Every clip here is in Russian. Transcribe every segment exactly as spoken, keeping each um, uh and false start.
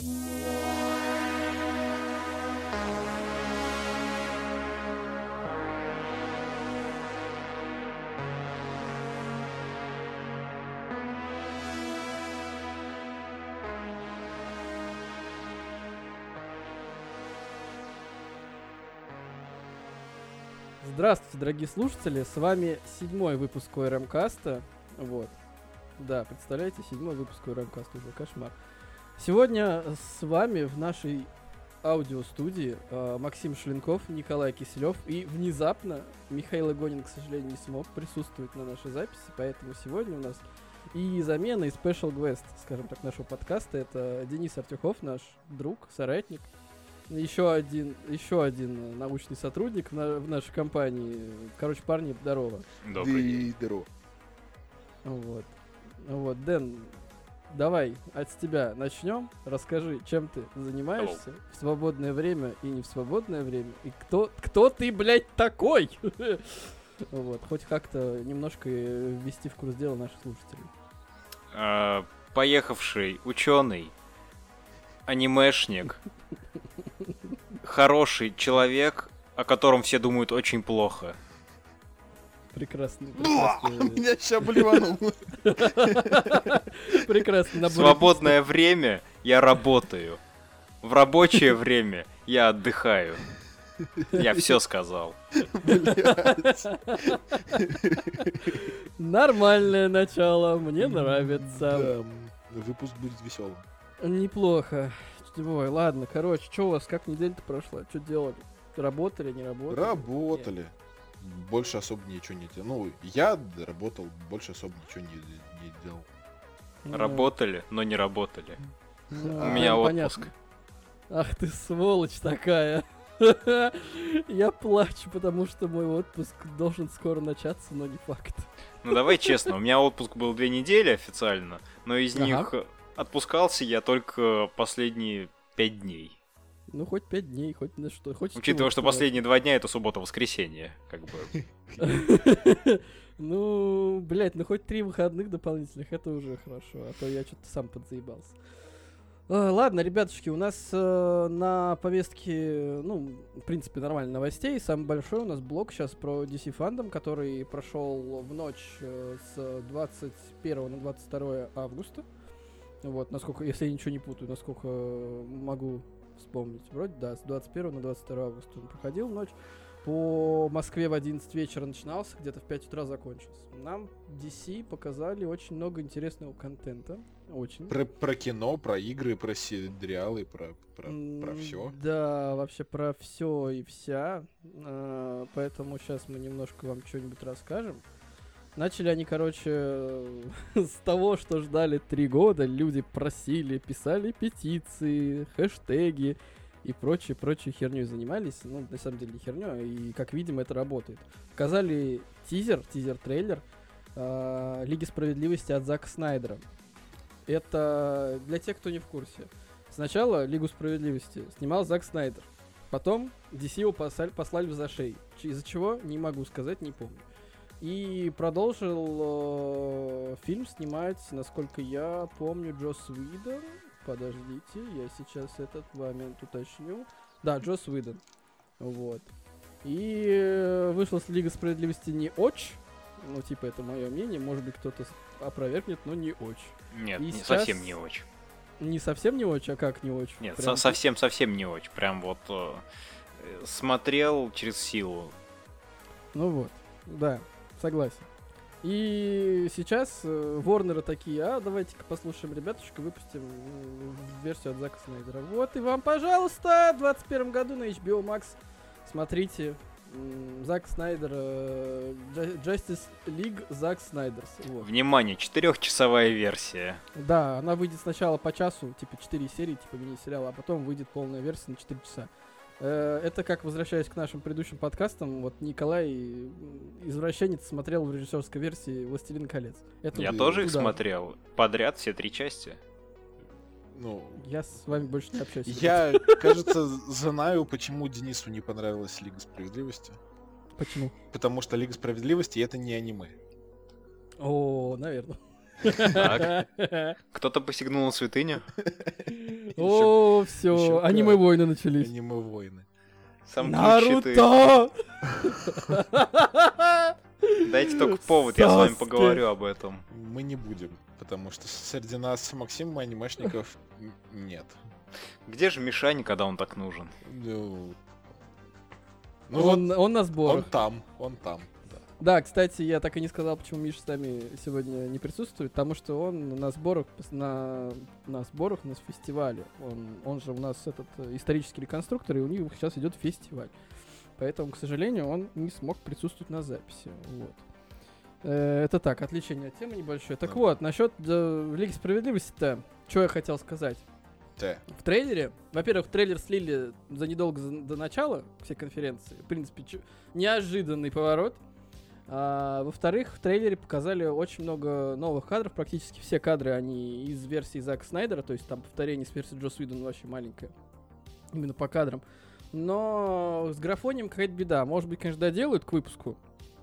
Здравствуйте, дорогие слушатели, с вами седьмой выпуск ОРМ-каста, вот, да, представляете, седьмой выпуск ОРМ-каста, уже кошмар. Сегодня с вами в нашей аудиостудии э, Максим Шленков, Николай Киселев, и внезапно Михаил Игонин, к сожалению, не смог присутствовать на нашей записи, поэтому сегодня у нас и замена, и special guest, скажем так, нашего подкаста, это Денис Артюхов, наш друг, соратник. Еще один, еще один научный сотрудник на, в нашей компании. Короче, парни, здорово. Добрый день. Здорово. Вот. Вот, Дэн, давай от тебя начнем. Расскажи, чем ты занимаешься Hello. в свободное время и не в свободное время. И кто, кто ты, блядь, такой? Вот, хоть как-то немножко ввести в курс дела наших слушателей. А, поехавший ученый, анимешник, хороший человек, о котором все думают очень плохо. Прекрасный. Меня сейчас блеванул. Прекрасный набор. Свободное время я работаю. В рабочее время я отдыхаю. Я все сказал. Нормальное начало, мне нравится. Да, выпуск будет веселым. Неплохо. Ой, ладно, короче, что у вас, как неделя-то прошла? Что делали? Работали, не работали? Работали. Больше особо ничего не делал. Ну, я работал, больше особо ничего не, не делал. Ну, Работали, но не работали. ну, У меня ну, отпуск. понятно. Ах ты сволочь такая. Я плачу, потому что мой отпуск должен скоро начаться, но не факт. Ну давай честно, у меня отпуск был две недели официально, но из Ага. них отпускался я только последние пять дней. Ну, хоть пять дней, хоть на что, хоть... Учитывая, что чего-то. последние два дня это суббота-воскресенье, как бы. Ну, блять, ну хоть три выходных дополнительных, это уже хорошо, а то я что-то сам подзаебался. А, ладно, ребятушки, у нас э, на повестке, ну, в принципе, нормально новостей. Самый большой у нас блок сейчас про ди си фандом, который прошел в ночь э, с двадцать первого на двадцать второе августа. Вот, насколько, если я ничего не путаю, насколько могу вспомнить. Вроде, да, с двадцать первого на двадцать второе августа он проходил ночь. По Москве в одиннадцать вечера начинался, где-то в пять утра закончился. Нам ди си показали очень много интересного контента. Очень. Про, про кино, про игры, про сериалы, про, про, про все. Да, вообще про все и вся. А, поэтому сейчас мы немножко вам что-нибудь расскажем. Начали они, короче, с того, что ждали три года. Люди просили, писали петиции, хэштеги и прочей-прочей херней занимались. Ну, на самом деле, не херней, и, как видим, это работает. Показали тизер, тизер-трейлер э, Лиги Справедливости от Зака Снайдера. Это для тех, кто не в курсе. Сначала Лигу Справедливости снимал Зак Снайдер. Потом ди си его послали, послали в зашей. Из-за чего, не могу сказать, не помню. И продолжил э, фильм снимать, насколько я помню, Джосс Уидон. Подождите, я сейчас этот момент уточню. Да, Джосс Уидон. Вот. И э, вышла с Лига Справедливости не очень. Ну, типа, это мое мнение. Может быть, кто-то опровергнет, но не очень. Нет, И не сейчас- совсем не очень. Не совсем не очень, а как не очень? Нет, Прям со- совсем-совсем не очень. Прям вот э, смотрел через силу. Ну вот, да, согласен. И сейчас э, Ворнеры такие, а давайте-ка послушаем ребятушек и выпустим м, версию от Зака Снайдера. Вот и вам, пожалуйста, в двадцать первом году на эйч би о Max смотрите м, Зак Снайдер, э, Джа- Justice League Зак Снайдерс. Вот. Внимание, четырехчасовая версия. Да, она выйдет сначала по часу, типа четыре серии, типа мини-сериала, а потом выйдет полная версия на четыре часа. Э, Это как, возвращаясь к нашим предыдущим подкастам, вот Николай, м, извращенец, смотрел в режиссерской версии «Властелин колец». Это Я Туда. тоже их туда. смотрел. Подряд все три части. Ну, Я с вами больше не общаюсь. я, кажется, знаю, почему Денису не понравилась Лига Справедливости. Почему? Потому что Лига Справедливости это не аниме. О, наверное. Так. Кто-то посягнул на святыню? О, О, все, Ещё как. аниме-войны начались. Аниме-войны. Сомкнуть щиты. Наруто! Дайте только повод, я с вами Саске. поговорю об этом. Мы не будем, потому что среди нас Максима анимешников н- нет. Где же Мишань, когда он так нужен? Ну, ну он, вот он на он сборах. там, он там. Да. Да, кстати, я так и не сказал, почему Миша с нами сегодня не присутствует, потому что он на сборах, на, на сборах у нас в фестивале. Он, он же у нас этот э, исторический реконструктор, и у них сейчас идет фестиваль. Поэтому, к сожалению, он не смог присутствовать на записи. Вот. Э, Это так, отвлечение от темы небольшое. Так Да. вот, насчет э, Лиги Справедливости-то, что я хотел сказать. Да. В трейлере, во-первых, трейлер слили за недолго за- до начала всей конференции. В принципе, чу- неожиданный поворот. А, во-вторых, в трейлере показали очень много новых кадров. Практически все кадры, они из версии Зака Снайдера. То есть там повторение с версии Джосс Уидона вообще маленькое. Именно по кадрам. Но с графонием какая-то беда. Может быть, конечно, доделают к выпуску.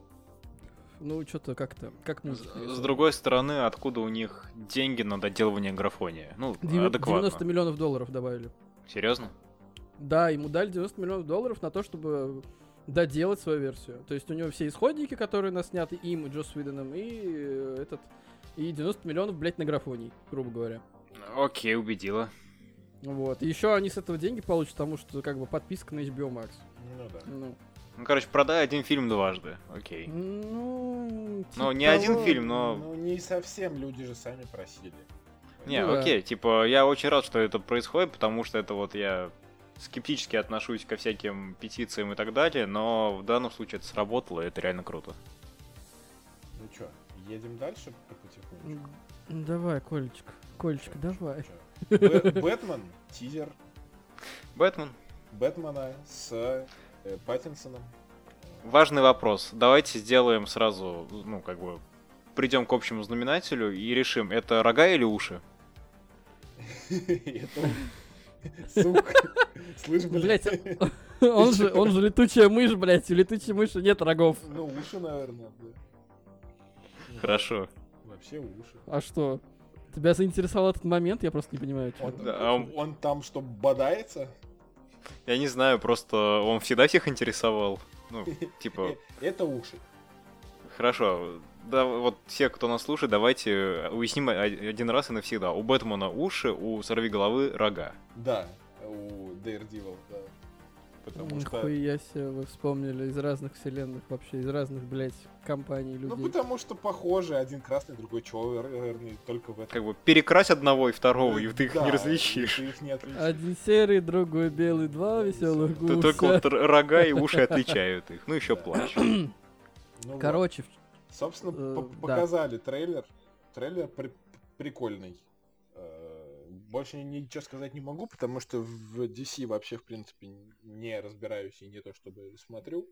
Ну, что-то как-то, как С, мультик. с нарисован. другой стороны, откуда у них деньги на доделывание графония? Ну, Девя- адекватно. девяносто миллионов долларов добавили. Серьезно? Да, ему дали девяносто миллионов долларов на то, чтобы доделать свою версию. То есть у него все исходники, которые нас сняты им, и Джосс Уидоном, и э, этот, и девяносто миллионов, блять, на графоний, грубо говоря. Окей, убедила. Вот. И еще они с этого деньги получат, потому что как бы подписка на эйч би о Max. Ну да. Ну, Ну, короче, продай один фильм дважды. Окей. ну, Ну, типа не один того. фильм, но... Ну не совсем, люди же сами просили. Не, Ну да. окей, типа, я очень рад, что это происходит, потому что это вот я скептически отношусь ко всяким петициям и так далее, но в данном случае это сработало, и это реально круто. Ну чё, едем дальше потихонечку? М, Давай, Колечек, Колечек, давай. Чё? Бэ- Бэтмен, тизер Бэтмен. Бэтмена с э, Паттинсоном. Важный вопрос. Давайте сделаем сразу, ну, как бы, придем к общему знаменателю и решим, это рога или уши? Это он- Сука. Слышь, Блять, блядь. он же, он же летучая мышь, блять, у летучей мыши нет рогов. Ну, уши, наверное, да. Хорошо. Вообще уши. А что? Тебя заинтересовал этот момент? Я просто не понимаю. чё. Он, Да, а он- он там что, бодается? Я не знаю, просто он всегда всех интересовал. Ну, типа, Э, Это уши. хорошо. Да, вот все, кто нас слушает, давайте уясним о- один раз и навсегда. У Бэтмена уши, у Сорвиголовы рога. Да, у Daredevil, да. Потому что... Нихуя себе, вы вспомнили из разных вселенных вообще, из разных, блять, компаний, Ну, людей. потому что похожи, один красный, другой черный, только в этом. Как бы перекрась одного и второго, и ты их Да, не различишь. Ты их не отличишь. Один серый, другой белый, два веселых Т- гуся. Только вот р- рога и уши отличают их. Ну, еще плащ. Ну вот. Короче, в- Собственно, э, по- да. показали трейлер. Трейлер при- прикольный. Э, Больше ни- ничего сказать не могу, потому что в ди си вообще, в принципе, не разбираюсь и не то чтобы смотрю.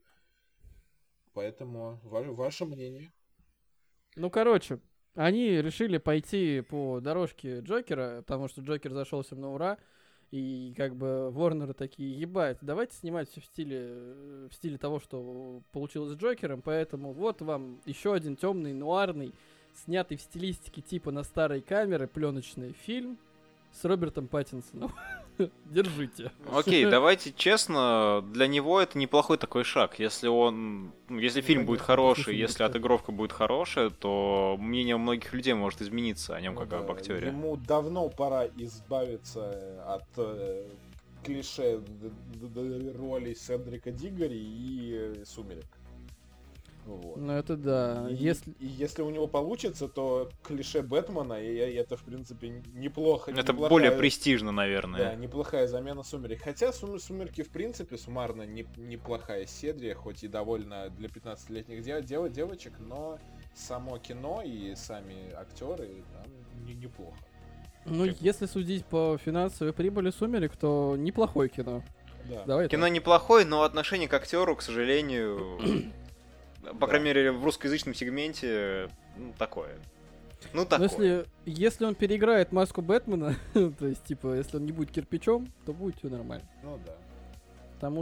Поэтому ва- ваше мнение. ну, короче, они решили пойти по дорожке Джокера, потому что Джокер зашел всем на ура, и как бы Ворнеры такие, ебать, давайте снимать все в стиле, э, в стиле того, что получилось с Джокером, поэтому вот вам еще один темный, нуарный, снятый в стилистике типа на старой камеры, пленочный фильм с Робертом Паттинсоном. Держите. Окей, давайте честно, для него это неплохой такой шаг. Если он, ну, если Ну, фильм будет конечно, хороший, если если фильм отыгровка будет хорошая, то мнение у многих людей может измениться о нем Ну как да, об актере. Ему давно пора избавиться от э, клише д- д- д- ролей Седрика Диггори и э, Сумерек. Вот. Ну это да. И, Если... и если у него получится, то клише Бэтмена, и, и это, в принципе, неплохо. Это неплохая- более престижно, Да, наверное. неплохая замена Сумерек. Хотя Сум- Сумерки, в принципе, суммарно не- неплохая серия, хоть и довольно для пятнадцатилетних де- дев- девочек, но само кино и сами актеры там не- неплохо. Ну, Как бы. если судить по финансовой прибыли «Сумерек», то неплохое кино. Да. Давай Кино так. неплохое, но отношение к актеру, к сожалению, по крайней мере, в русскоязычном сегменте, ну, такое. Ну, Но такое. если, если он переиграет маску Бэтмена, то есть, типа, если он не будет кирпичом, то будет все нормально. Ну да. Потому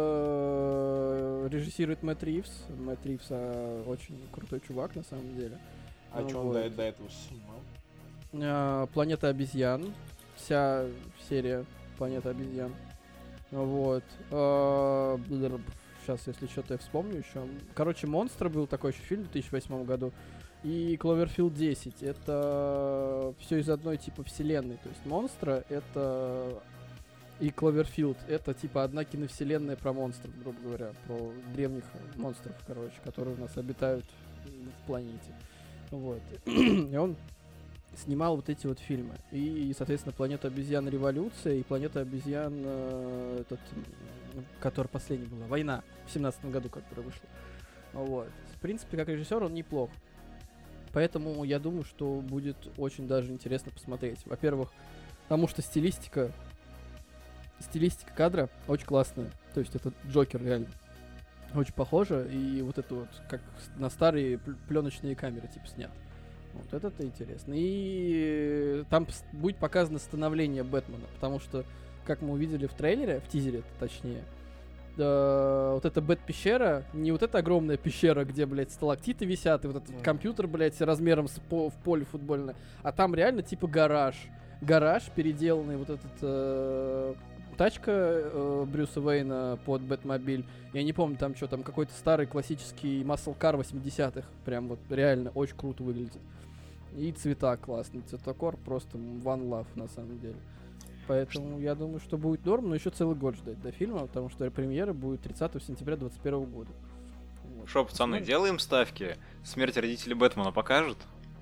что режиссирует Мэтт Ривз. Мэтт Ривз а, очень крутой чувак, на самом деле. А Ну что он вот. до, до этого снимал? А, Планета обезьян. Вся серия. «Планета обезьян». Вот. Сейчас, если что-то я вспомню еще. Короче, «Монстр» был такой еще фильм в две тысячи восьмом году. И «Кловерфилд десять». Это все из одной типа вселенной. То есть «Монстра» — это... И «Кловерфилд» — это типа одна киновселенная про монстров, грубо говоря. Про древних монстров, короче, которые у нас обитают в планете. Вот. И он снимал вот эти вот фильмы. И, соответственно, «Планета обезьян. Революция» и «Планета обезьян», э, этот, который последний была, «Война» в семнадцатом году, которая вышла. Вот. В принципе, как режиссер он неплох. Поэтому я думаю, что будет очень даже интересно посмотреть. Во-первых, потому что стилистика стилистика кадра очень классная. То есть это Джокер реально очень похоже. И вот это вот, как на старые пленочные камеры типа снят. Вот это-то интересно. И там будет показано становление Бэтмена. Потому что, как мы увидели в трейлере, в тизере точнее, э, вот эта Бэт-пещера, не вот эта огромная пещера, где, блядь, сталактиты висят, и вот этот mm. компьютер, блядь, размером с по- в поле футбольное, а там реально типа гараж. Гараж, переделанный вот этот... Э, тачка э, Брюса Уэйна под Бэтмобиль. Я не помню, там что, там какой-то старый классический маслкар восьмидесятых. Прям вот реально очень круто выглядит. И цвета классные. Цветокор просто one love на самом деле. Поэтому я думаю, что будет норм, но еще целый год ждать до фильма, потому что премьера будет тридцатого сентября двадцать первого года. Вот. Шо, пацаны, делаем ставки? Смерть родителей Бэтмена покажет?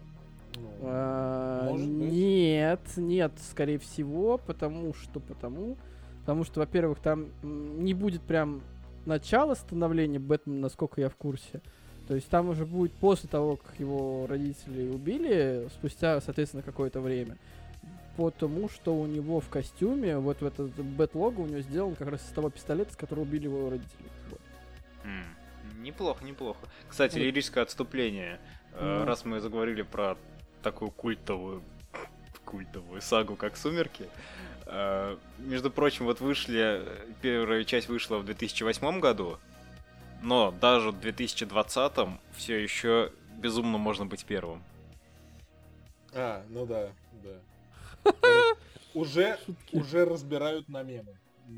А, нет, нет, скорее всего, потому что, потому, потому что, во-первых, там не будет прям начала становления Бэтмена, насколько я в курсе. То есть там уже будет после того, как его родители убили, спустя, соответственно, какое-то время. Потому что у него в костюме, вот в этот Бэт-лого у него сделан как раз из того пистолета, с которого убили его родители. Вот. Mm, неплохо, неплохо. Кстати, вот. Лирическое отступление. Mm. Раз мы заговорили про такую культовую, культовую сагу, как «Сумерки». Между прочим, вот вышли, первая часть вышла в две тысячи восьмом году, но даже в две тысячи двадцатом все еще безумно можно быть первым. А, ну да, да. Уже, уже разбирают на мемы.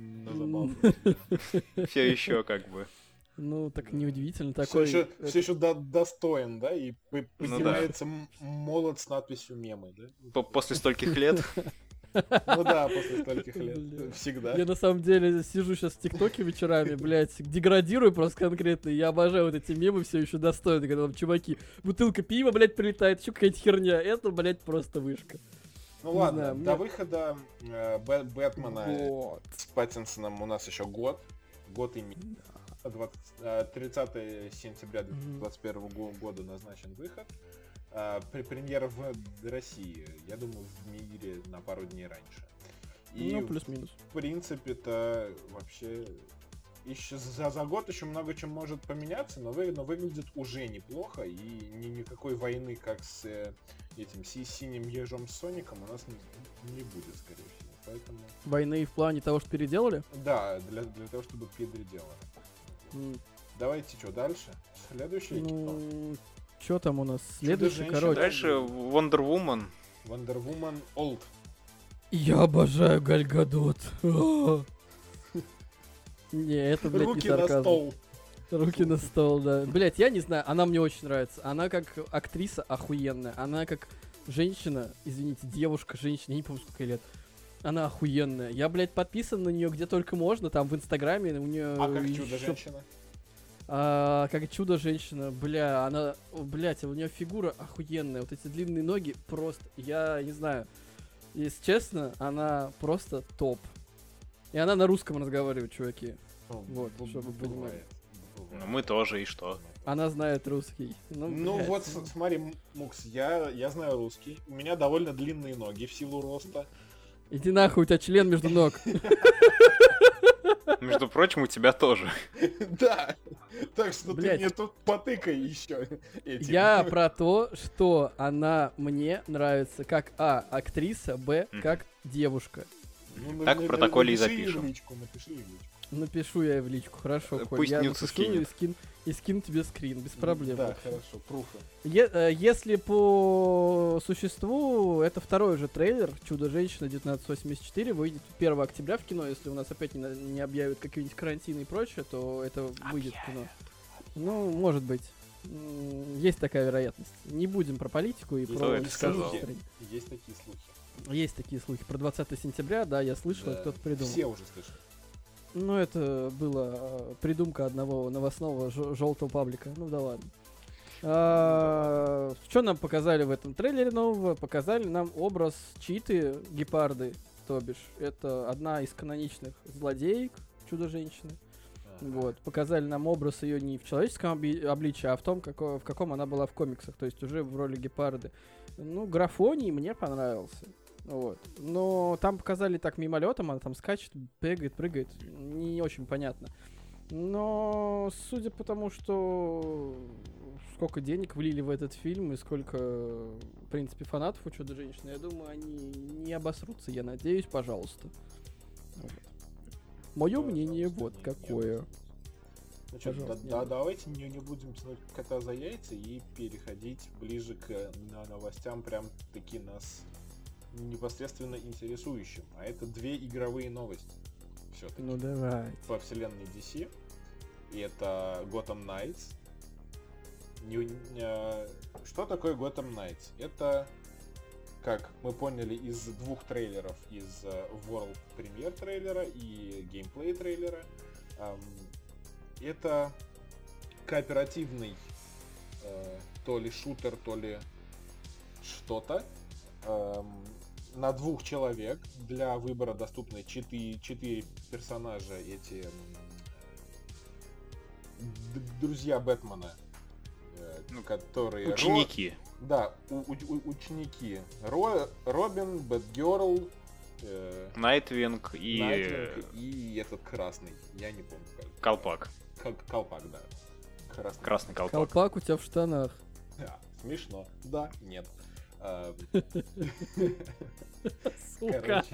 Все еще как бы. Ну, так неудивительно. Такой... Все еще, все еще до, достоин, да? И поднимается ну, да. молот с надписью «мемы», да? После стольких лет. Ну да, после стольких лет. Всегда. Я на самом деле сижу сейчас в ТикТоке вечерами, блядь, деградирую просто конкретно. Я обожаю вот эти мемы, все еще достойны, когда там чуваки, бутылка пива, блядь, прилетает, еще какая-то херня. Это, блядь, просто вышка. Ну не ладно, знаю, до мне... выхода э, Бэ- Бэтмена вот. С Паттинсоном у нас еще год. Год и тридцатого сентября две тысячи двадцать первого года назначен выход. А, при премьера в России, я думаю, в мире на пару дней раньше. И ну, плюс-минус. В принципе-то вообще еще за, за год еще много чем может поменяться, но, вы, но выглядит уже неплохо, и ни, никакой войны, как с э, этим си- синим ежом с Соником, у нас не, не будет, скорее всего. Поэтому... Войны в плане того, что переделали? Да, для, для того, чтобы переделали. Mm. Давайте что, дальше? Следующее ну... кино. Что там у нас? Следующий, короче. Дальше Wonder Woman. Wonder Woman Old. Я обожаю Галь Гадот. Не, это, блядь, не сарказм. Руки на стол. Руки на стол, да. Блядь, я не знаю, она мне очень нравится. Она как актриса охуенная. Она как женщина, извините, девушка, женщина, я не помню, сколько ей лет. Она охуенная. Я, блядь, подписан на нее где только можно, там в Инстаграме у нее. А как чудо-женщина? А, как чудо-женщина, бля, она, блядь, у нее фигура охуенная, вот эти длинные ноги просто, я не знаю, если честно, она просто топ. И она на русском разговаривает, чуваки. Ну, вот, б- чтобы вы понимали. Ну, мы тоже, и что? Она знает русский. Ну, ну вот, смотри, Мукс, я, я знаю русский, у меня довольно длинные ноги в силу роста. Иди нахуй, у тебя член между ног. Между прочим, у тебя тоже. Да. Так что ты мне тут потыкай еще этим. Я про то, что она мне нравится как А, актриса, Б, как девушка. Так в протоколе и запишем. Напишу я в личку, хорошо, Коль. Пусть Я Нюкса напишу и, скинет. скин, и скину тебе скрин, без проблем. Да, хорошо, пруфы. Е- э, если по существу, это второй же трейлер «Чудо-женщина» тысяча девятьсот восемьдесят четыре выйдет первого октября в кино. Если у нас опять не, на- не объявят какие-нибудь карантины и прочее, то это выйдет в кино. Ну, может быть. М, Есть такая вероятность. Не будем про политику и Есть про... такие сказал. историю. Есть такие слухи. Есть такие слухи. Про двадцатое сентября, да, я слышал, Да, кто-то придумал. Все уже слышали. Ну, это была э, придумка одного новостного желтого паблика. Ну да ладно. А, что нам показали в этом трейлере нового? Показали нам образ Читы Гепарды, то бишь. Это одна из каноничных злодеек Чудо-женщины. Вот. Показали нам образ ее не в человеческом оби- обличии, а в том, како- в каком она была в комиксах. То есть уже в роли гепарды. Ну, графоний мне понравился. Вот. Но там показали так мимолетом, она там скачет, бегает, прыгает. Не очень понятно. Но судя по тому, что сколько денег влили в этот фильм и сколько, в принципе, фанатов у Чудо-женщины, я думаю, они не обосрутся, я надеюсь, пожалуйста. Вот. Мое мнение вот какое. Ну что, да, Пожалуйста, да, не давайте не, не будем тянуть кота за яйца и переходить ближе к на новостям, прям таки нас непосредственно интересующим. А это две игровые новости. Все-таки. Ну давай. По вселенной ди си. И это Gotham Knights. Не- не- Что такое Gotham Knights? Это, как мы поняли из двух трейлеров, из э, World Premiere трейлера и геймплей трейлера, эм, это кооперативный э, то ли шутер, то ли что-то эм, на двух человек. Для выбора доступны четыре, четыре персонажа, эти м, д- друзья Бэтмена, э, Ну, которые... Ро- Ученики. Да, у- у- у- ученики. Ро- Робин, Бэтгерл, э, Найтвинг и Найтвинг и этот красный. Я не помню. как. Колпак. Кол- Колпак, да. Красный. Красный колпак. Колпак у тебя в штанах. Да, смешно. Да, нет. А, Сука. короче.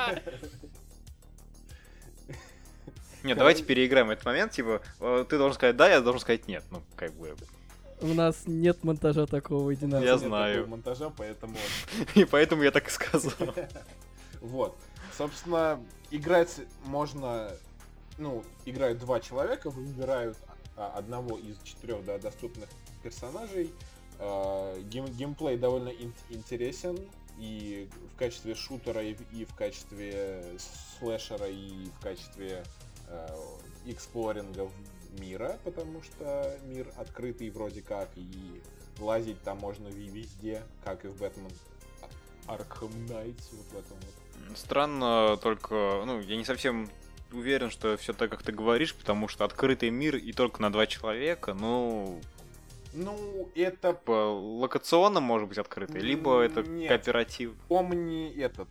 Нет, давайте переиграем этот момент, типа, э, ты должен сказать да, я должен сказать нет. Ну, как бы. У нас нет монтажа такого, иди нахуй. Я Нет знаю. такого монтажа, поэтому... И поэтому я так и сказал. Вот. Собственно, играть можно... Ну, играют два человека, выбирают а, одного из четырех да, доступных персонажей. А, гейм- геймплей довольно ин- интересен. И в качестве шутера, и, в- и в качестве слэшера, и в качестве э, эксплоринга в- мира, потому что мир открытый вроде как, и лазить там можно ви- везде, как и в Batman Arkham Knight, вот в этом вот. Странно, только, ну, я не совсем уверен, что все так, как ты говоришь, потому что открытый мир и только на два человека, ну, Ну, это по локационно может быть открытый, либо это Нет. кооператив. Вспомни этот.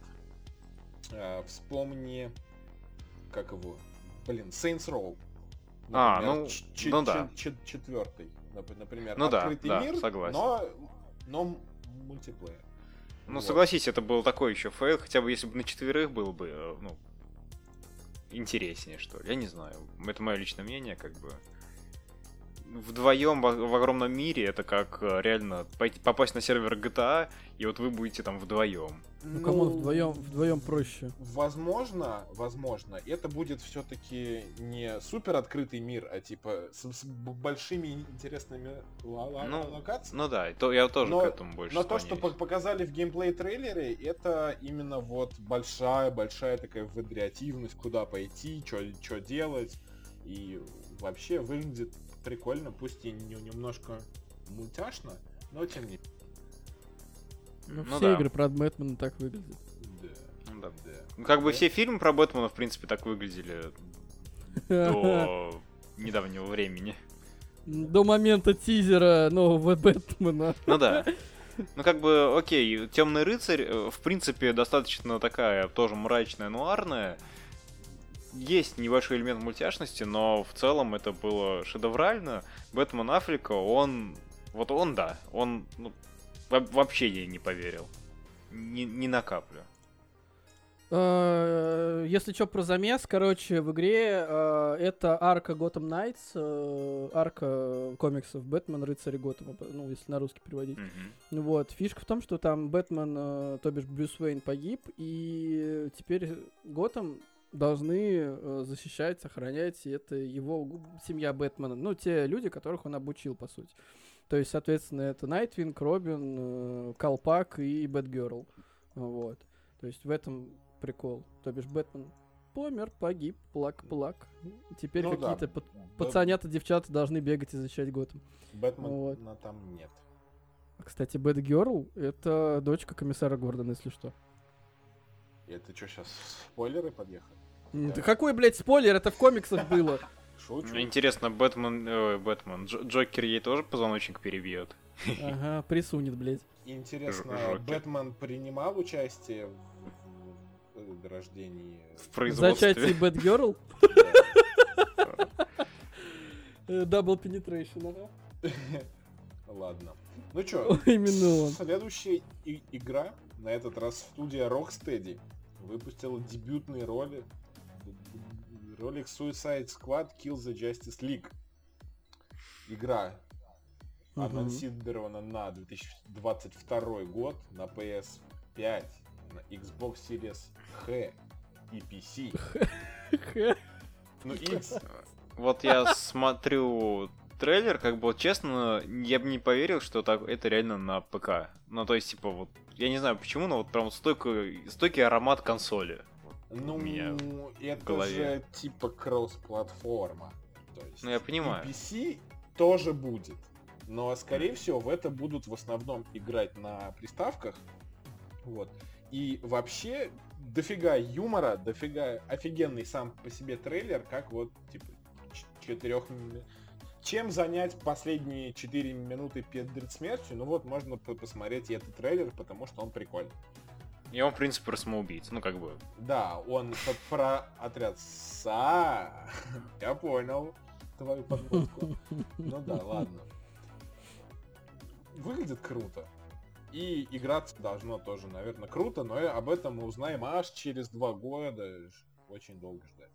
э, вспомни. Как его? Блин, Saints Row. А, Например, ну, ч- ч- ну ч- да. ч- четвертый. Нап- Например, Ну да, открытый да, мир, согласен. но, но мультиплеер. Ну, Вот. согласись, это был такой еще фейл, хотя бы если бы на четверых было бы, э, ну, интереснее, что ли. Я не знаю. Это мое личное мнение, как бы. Вдвоем в, в огромном мире это как э, реально пойти, попасть на сервер джи ти эй, и вот вы будете там вдвоем. Ну, кому вдвоем, вдвоем проще. Возможно, возможно, это будет все-таки не супер открытый мир, а типа с, с б- большими интересными ла- ла- Ну, локациями. Ну да, и то, я тоже Но- к этому больше Но то, что склоняюсь. пок- показали в геймплей-трейлере, это именно вот большая-большая такая вариативность, куда пойти, что делать. И вообще выглядит прикольно, пусть и не- немножко мультяшно, но тем не менее. Ну, Ну все да. игры про Бэтмена так выглядят. Да, Ну да. да. Ну, как бы Да. все фильмы про Бэтмена, в принципе, так выглядели до недавнего времени. До момента тизера нового Бэтмена. Ну да. Ну как бы, окей, Темный рыцарь, э, в принципе, достаточно такая тоже мрачная, нуарная. Есть небольшой элемент мультяшности, но в целом это было шедеврально. Бэтмен Аффлека, он... Вот он, да, он ну, во- вообще ей не поверил. Ни, ни на каплю. Э, Если что про замес, короче, в игре э, это арка Gotham Knights, э, арка комиксов Бэтмен, рыцари Готэма, ну, если на русский переводить. Мгм. Вот, фишка в том, что там Бэтмен, э, то бишь Брюс Уэйн погиб, и теперь Готэм должны э, защищать, охранять, и это его г- семья Бэтмена, ну, те люди, которых он обучил, по сути. То есть, соответственно, это Найтвинг, Робин, э, Колпак и Бэтгерл. Вот. То есть в этом прикол. То бишь Бэтмен помер, погиб, плак-плак. Теперь Ну да, какие-то пат- Бэт- пацанята, девчата должны бегать и защищать Готэм. Бэтмена Вот. там нет. Кстати, Бэтгерл — это дочка комиссара Гордона, если что. Это что, сейчас спойлеры подъехали? М, Да. Да какой, блядь, спойлер? Это в комиксах было. Шучу. Интересно, Бэтмен, ой, Бэтмен, Дж- Джокер ей тоже позвоночник перебьет? Ага, присунет, блядь. Интересно, Жокер. Бэтмен принимал участие в, в- в рождении... В производстве. Зачатие Бэтгерл. Да. Дабл пенетрейшн, ага. Ладно. Ну чё, Именно он. следующая и- игра, на этот раз студия Rocksteady, выпустила дебютные роли ролик Suicide Squad Kill the Justice League. Игра Мгм. анонсирована на две тысячи двадцать второй год на пи эс пять, на Xbox Series X и пи си. Ну, X. Вот я смотрю трейлер, как бы, вот, честно, я бы не поверил, что так, это реально на ПК. Ну, то есть, типа, вот, я не знаю почему, но вот прям стойкий, стойкий аромат консоли. Ну, у меня это голове. же типа кросс-платформа. То есть Ну, я понимаю. и пи си тоже будет. Но, скорее всего, в это будут в основном играть на приставках. Вот. И вообще, дофига юмора, дофига офигенный сам по себе трейлер, как вот, типа, ч- четырех... м- Чем занять последние четыре минуты перед смертью? Ну вот, можно по- посмотреть и этот трейлер, потому что он прикольный. И он, в принципе, про самоубийц. Ну, как бы. Да, он по- про отряд СА. Я понял твою подводку. Ну да, ладно. Выглядит круто. И играться должно тоже, наверное, круто, но и об этом мы узнаем аж через два года. Очень долго ждать.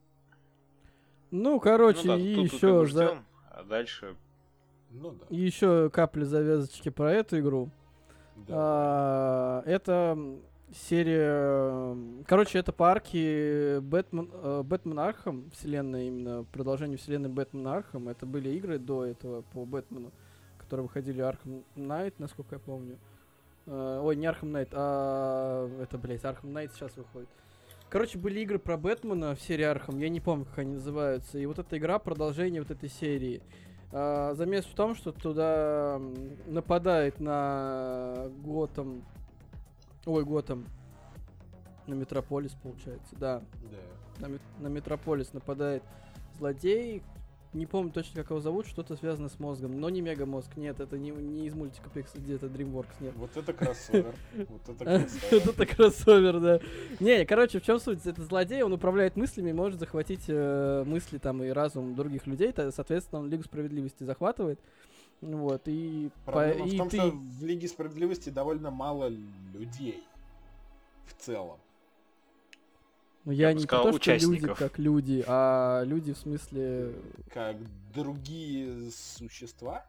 Ну, короче, ну, да, и тут- тут еще как бы за... ждем, а дальше... Ну да. еще капли завязочки про эту игру. Да. А, это серия... Короче, это по арке Бэтмен, э, Бэтмен Архам, вселенная именно, продолжение вселенной Бэтмен Архам. Это были игры до этого по Бэтмену, которые выходили Архам Найт, насколько я помню. Э, ой, не Архам Найт, а это, блядь, Архам Найт сейчас выходит. Короче, были игры про Бэтмена в серии Архам, я не помню, как они называются. И вот эта игра продолжение вот этой серии. А, замес в том, что туда м, нападает на Готэм. Ой, Готэм. На Метрополис, получается, да. Да. На, мет- на Метрополис нападает злодей. Не помню точно, как его зовут, что-то связано с мозгом. Но не Мегамозг, нет, это не, не из мультика Pixel, где-то DreamWorks, нет. Вот это кроссовер. Вот это Вот кроссовер. это кроссовер, да. Не, короче, в чем суть? Это злодей, он управляет мыслями, может захватить э, мысли там и разум других людей, то, соответственно, он Лигу Справедливости захватывает. Вот, и... по- Проблема в и том, ты- что в Лиге Справедливости довольно мало людей. В целом. Ну, я Я бы не сказал, то, что люди участников. как люди, а люди в смысле... Как другие существа.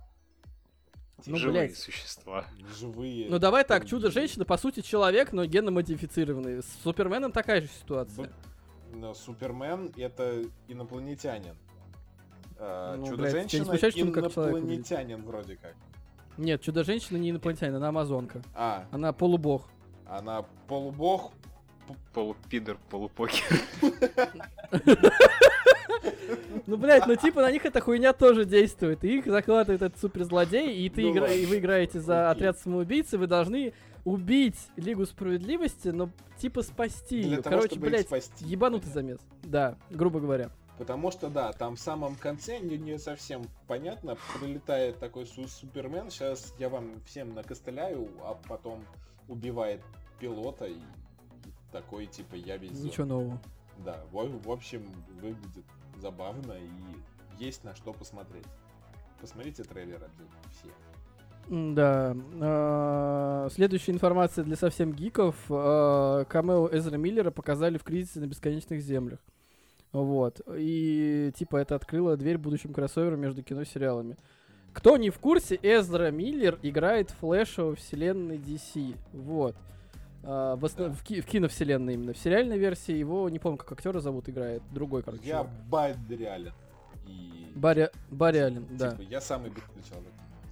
Ну, Живые блядь. существа. Живые. Ну, давай так, другие. Чудо-женщина, по сути, человек, но генно-модифицированный. С Суперменом такая же ситуация. Б- но Супермен это инопланетянин. А, Ну, блядь, тебя не Чудо-женщина смущает, что он как человек инопланетянин вроде как. Нет, Чудо-женщина не инопланетянин, она амазонка. А, Она полубог. она полубог. Полупидор, полупокер. Ну, блядь, ну типа на них эта хуйня тоже действует. И их захватывает этот суперзлодей, и ты Ну игра... ладно. и вы играете за Окей. отряд самоубийц, и вы должны убить Лигу Справедливости, но типа спасти Для ее. того, Короче, чтобы их блядь, спасти. ебанутый замес. Да, грубо говоря. Потому что, да, там в самом конце не, не совсем понятно, прилетает такой су- Супермен, сейчас я вам всем накостыляю, а потом убивает пилота и такой, типа, я весь зон. Ничего нового. Да, в, в общем, выглядит забавно и есть на что посмотреть. Посмотрите трейлер обязательно все. Да. А, Следующая информация для совсем гиков. А, Камео Эзра Миллера показали в «Кризисе на бесконечных землях». Вот. И типа это открыло дверь будущим кроссоверам между кино и сериалами. Кто не в курсе, Эзра Миллер играет Флэша во вселенной ди си. Вот. А, в, основ... в, ки... в киновселенной именно. В сериальной версии его, не помню, как актера зовут, играет. Другой, короче. Я чувак. Барри Аллен. И... Барри... Барри Аллен, типа, да. Я самый быстрый человек.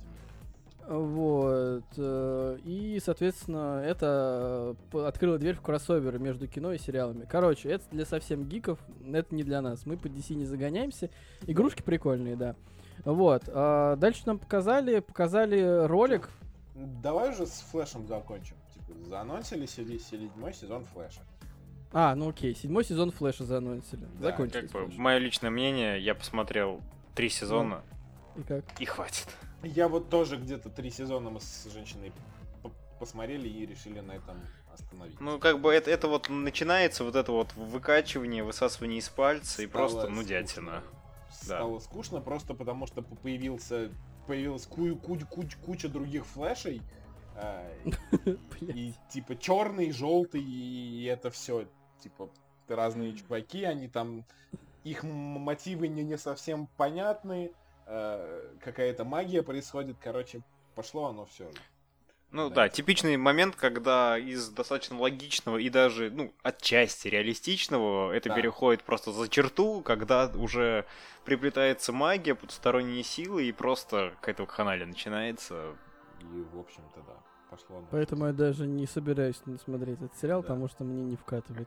Вот. э, И, соответственно, это п- открыло дверь в кроссоверы между кино и сериалами. Короче, это для совсем гиков, это не для нас. Мы по ди си не загоняемся. Игрушки прикольные, да. Вот. а Дальше нам показали, показали ролик. Давай уже с Флэшем закончим. Типа, заанонсили седи- седьмой сезон Флэша. А, ну окей, седьмой сезон Флэша заанонсили. Да, Закончили. Как бы, мое личное мнение, я посмотрел три сезона, И как? и хватит. Я вот тоже где-то три сезона мы с женщиной п- посмотрели и решили на этом остановиться. Ну, как бы это, это вот начинается, вот это вот выкачивание, высасывание из пальца, и Стало просто, ну, скучно. дятина. Да. Стало скучно просто потому, что п- появился появилась ку- ку- ку- куча других флешей. а, Блядь. И типа черный, желтый, и это все типа разные чуваки, они там, их м- мотивы не, не совсем понятны, э, какая-то магия происходит, короче, пошло оно все. Ну Да. да, типичный момент, когда из достаточно логичного и даже, ну, отчасти реалистичного это Да. переходит просто за черту, когда уже приплетается магия, потусторонние силы, и просто какая-то вакханалия начинается. И в общем-то да, пошло оно. Поэтому я даже не собираюсь н- смотреть этот сериал, Да. потому что мне не вкатывает.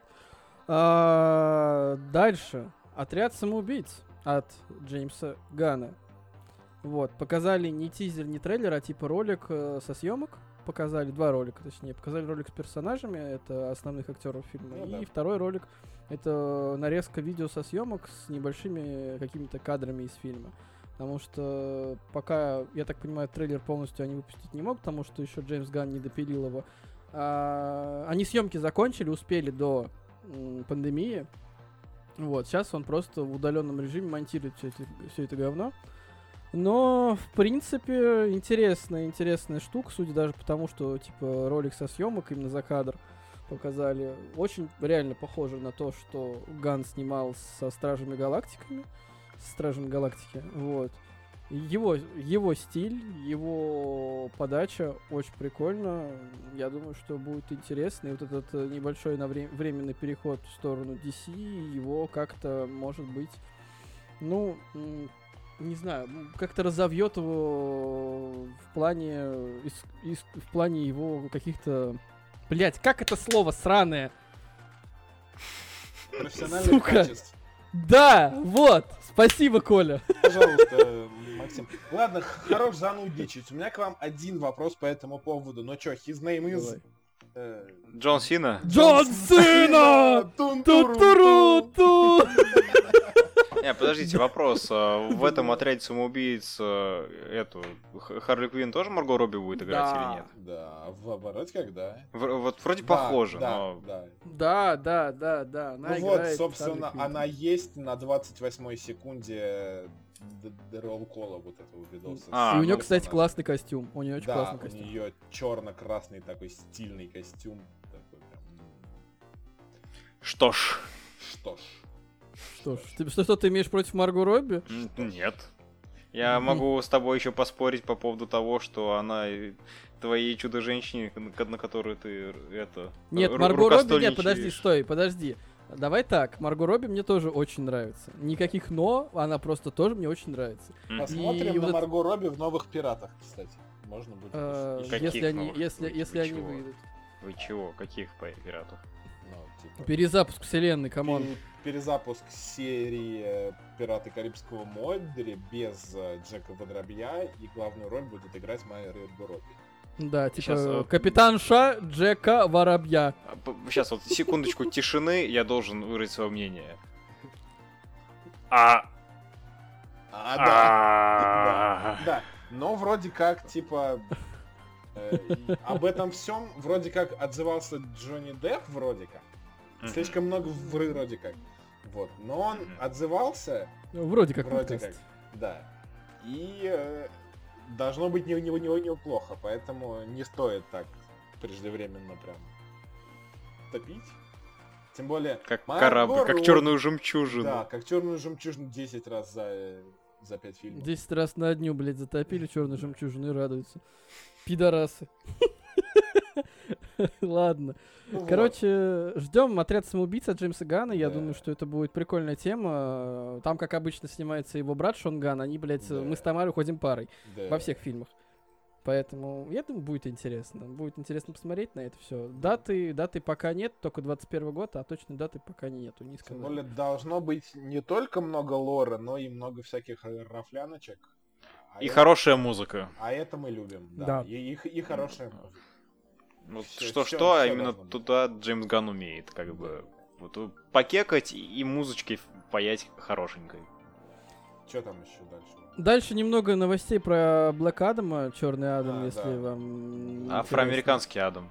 А, Дальше. Отряд самоубийц от Джеймса Ганна. Вот. Показали не тизер, не трейлер, а типа ролик э, со съемок. Показали два ролика, точнее. Показали ролик с персонажами, это основных актеров фильма. Ну и да. второй ролик это нарезка видео со съемок с небольшими какими-то кадрами из фильма. Потому что пока, я так понимаю, трейлер полностью они выпустить не могут, потому что еще Джеймс Ганн не допилил его. А, они съемки закончили, успели до м, пандемии. Вот, сейчас он просто в удаленном режиме монтирует все это, все это говно. Но, в принципе, интересная, интересная штука, судя даже потому, что, типа, ролик со съемок именно за кадр показали. Очень реально похоже на то, что Ганн снимал со Стражами Галактиками, с Стражами Галактики, вот. Его, его стиль, его подача очень прикольно. Я думаю, что будет интересно. И вот этот э, небольшой на вре- временный переход в сторону ди си, его как-то, может быть, ну, м, не знаю, м, как-то разовьет его в плане, ис- ис- в плане его каких-то... Блять, как это слово сраное? Профессиональных Сука. качеств. Да, вот, спасибо, Коля. Пожалуйста, Максим. Ладно, хорош занудничать. У меня к вам один вопрос по этому поводу. Ну чё, his name is... Давай. э, Джон Сина? Джон Сина! Тун-туру-тун. Ту-туру-ту! Не, подождите, вопрос. а В этом отряде самоубийц а, эту Х- Харли Квинн тоже Марго Робби будет играть Да. или нет? Да, в вроде как да. В- вот вроде Да, похоже, да, но... да. Да, да, да, да. Она Ну вот, играет собственно, Харли Квинн. она есть на двадцать восьмой секунде ролл-кола вот этого видоса. А, И у ну, нее, кстати, персонажа. классный костюм. У нее очень Да, классный у костюм. нее черно-красный такой стильный костюм. Такой прям, Что ж, что ж. Что ж, ты, что, что ты имеешь против Марго Робби? м, нет. Я Мгм. могу с тобой еще поспорить по поводу того, что она и твоей чудо-женщине, на на которую ты это... Нет, ру- Марго Робби, нет, рукостольничаешь. подожди, стой, подожди. Давай так, Марго Робби мне тоже очень нравится. Никаких но, она просто тоже мне очень нравится. М. Посмотрим И на вот- Марго Робби в новых пиратах, кстати. Можно будет. Э, еще- Каких если они, новых? если, Вы- если вы они чего? выйдут. Вы чего? Каких по- пиратов? ну, типа, Перезапуск вселенной, камон. пере- Перезапуск серии э, «Пираты Карибского моря» без э, Джека Водробья, и главную роль будет играть Марго Робби. Да, типа Щас, э, капитанша Джека Воробья. Сейчас вот секундочку тишины, я должен выразить свое мнение. А... А, да. А. Да, но вроде как, типа, э, и об этом всем вроде как отзывался Джонни Депп, вроде как. Мгм. Слишком много вры, вроде как. Вот, но он Мгм. отзывался, Вроде как вроде подкаст. как, да. И, э, должно быть не, не, не, неплохо, поэтому не стоит так преждевременно прям топить. Тем более... Как Марго корабль, как Робби- черную жемчужину. Да, как черную жемчужину десять раз за, за пять фильмов. Десять раз на дню, блядь, затопили черную жемчужину и радуются. Пидорасы. Ладно. Ну вот. Короче, ждем «Отряд самоубийц» от Джеймса Ганна. Я Да. думаю, что это будет прикольная тема. Там, как обычно, снимается его брат Шон Ганн. Они, блядь, Да. мы с Тамарой ходим парой Да. во всех фильмах. Поэтому, я думаю, будет интересно. Будет интересно посмотреть на это все. Даты, даты пока нет, только двадцать первый год, а точной даты пока нету, не Тем сказали. более должно быть не только много лора, но и много всяких рафляночек. А И это- хорошая музыка. А это мы любим, да. Да. И, и, и хорошая музыка. Вот Всё- что-что, всё- а всё именно должно быть. туда Джеймс Ганн умеет, как бы. Вот э, покекать и музычки паять хорошенькой. Что там еще дальше? Дальше немного новостей про Блэк Адама, Черный Адам, А, если да. вам интересно. Афроамериканский Адам.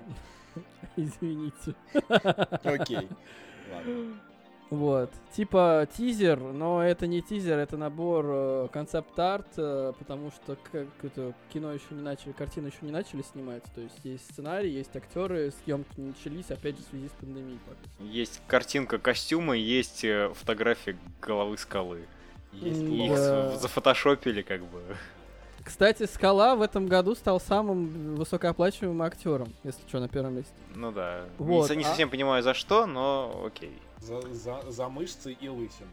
Извините. Окей. Ладно. Вот. Типа тизер, но это не тизер, это набор э, концепт-арт, э, потому что как это кино еще не начали, картины еще не начали снимать. То есть есть сценарий, есть актеры, съемки не начались, опять же, в связи с пандемией. пока. Есть картинка костюма, есть э, фотография головы скалы. Есть М, И их лор. да. с- зафотошопили, как бы. Кстати, Скала в этом году стал самым высокооплачиваемым актером, если что, на первом месте. Ну да. Вот, не, не а- совсем понимаю за что, но окей. За, за, за мышцы и лысин.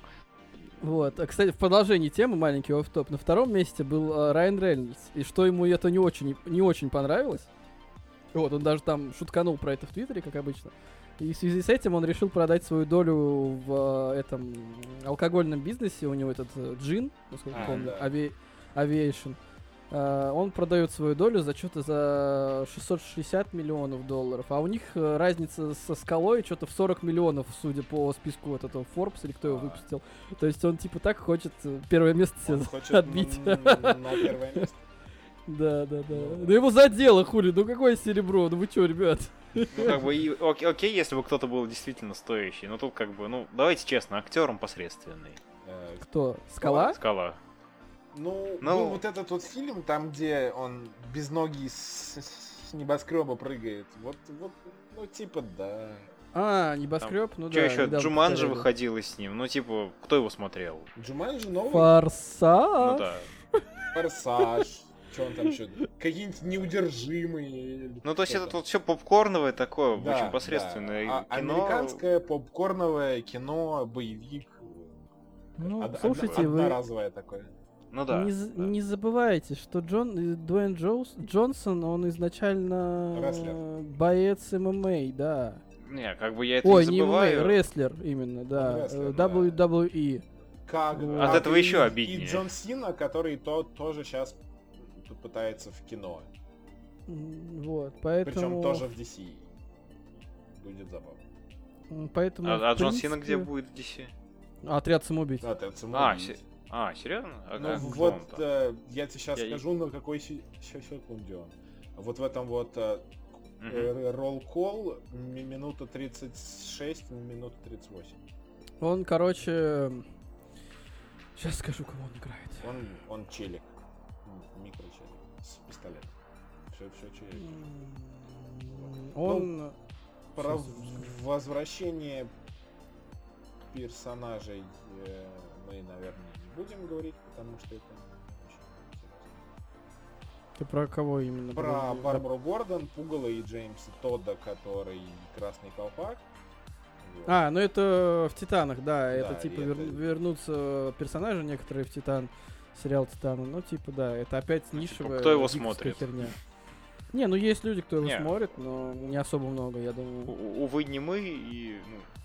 Вот. А, кстати, в продолжении темы, маленький офф-топ, на втором месте был э, Райан Рейнольдс. И что ему это не очень, не очень понравилось. Вот, он даже там шутканул про это в Твиттере, как обычно. И в связи с этим он решил продать свою долю в э, этом алкогольном бизнесе. У него этот э, джин, насколько А, помню, да. ави- Aviation. Э, он продает свою долю за что-то за шестьсот шестьдесят миллионов долларов. А у них э, разница со Скалой что-то в сорок миллионов, судя по списку вот этого Forbes, или кто его А. выпустил. То есть он типа так хочет э, первое место себе Он хочет отбить. н- н- на первое место. Да, да, да. Ну. Да его задело, хули, ну какое серебро, ну вы чё, ребят? Ну, как бы, и, ок- окей, если бы кто-то был действительно стоящий. Но тут, как бы, ну, давайте честно, актер он посредственный. Э, Кто? Скала? Скала. Ну, Ну. был вот этот вот фильм, там, где он без ноги с, с небоскреба прыгает. Вот, вот, ну, типа, да. А, небоскреб, ну Что да. еще? недавно Джуманджи повторяли. выходила с ним. Ну, типа, кто его смотрел? Джуманджи новый, Ну Форсаж. да. Форсаж. Что он там еще? Какие-нибудь неудержимые. Ну, то есть Что это там? вот все попкорновое такое, Да, очень посредственное да. А- кино. Американское попкорновое кино, боевик. Ну, Од- слушайте, одно- вы одноразовое такое. Ну да. не, з- да. не забывайте, что Джон, э, Дуэйн Джоус, Джонсон, он изначально Рестлер. э, боец ММА, да. Не, как бы я это Ой, не не ММА, забываю. рестлер именно, да. Он рестлер, Э, да. дабл ю дабл ю и. Как, От как этого и- еще обиднее. И Джон Сина, который то, тоже сейчас пытается в кино. М, Вот, Причем поэтому... тоже в ди си. Будет забавно. м, поэтому А, в а Джон Сина где принципе- будет в ди си? Отряд самоубийц. А, ты это А, самоубийца. се- а, серьезно? А Ну как вот, он там? э, я тебе сейчас Я- скажу, на какой се- се- секунде он. Вот в этом вот э, Мгм. э, ролл-колл ми- минута тридцать шесть, минута тридцать восемь. Он, короче... Сейчас скажу, кого он играет. Он, он челик. М, Микрочелик. С пистолетом. Все, все челик. М, Он... Про Щас. в- возвращение персонажей э, мы, наверное, не будем говорить, потому что это не очень интересно. Ты про кого именно? Про Подожди, да. Барбару Гордон, Пугало и Джеймса Тодда, который Красный Колпак. Вот. А, ну это в Титанах, да. Это Да, типа и вер- это- вернутся персонажи некоторые в Титан, сериал Титаны. Ну, типа, да, это опять Ну, типа, нишевая. кто его гиковская смотрит? херня. Не, ну есть люди, кто его Не. смотрит, но не особо много, я думаю. У- Увы, не мы, и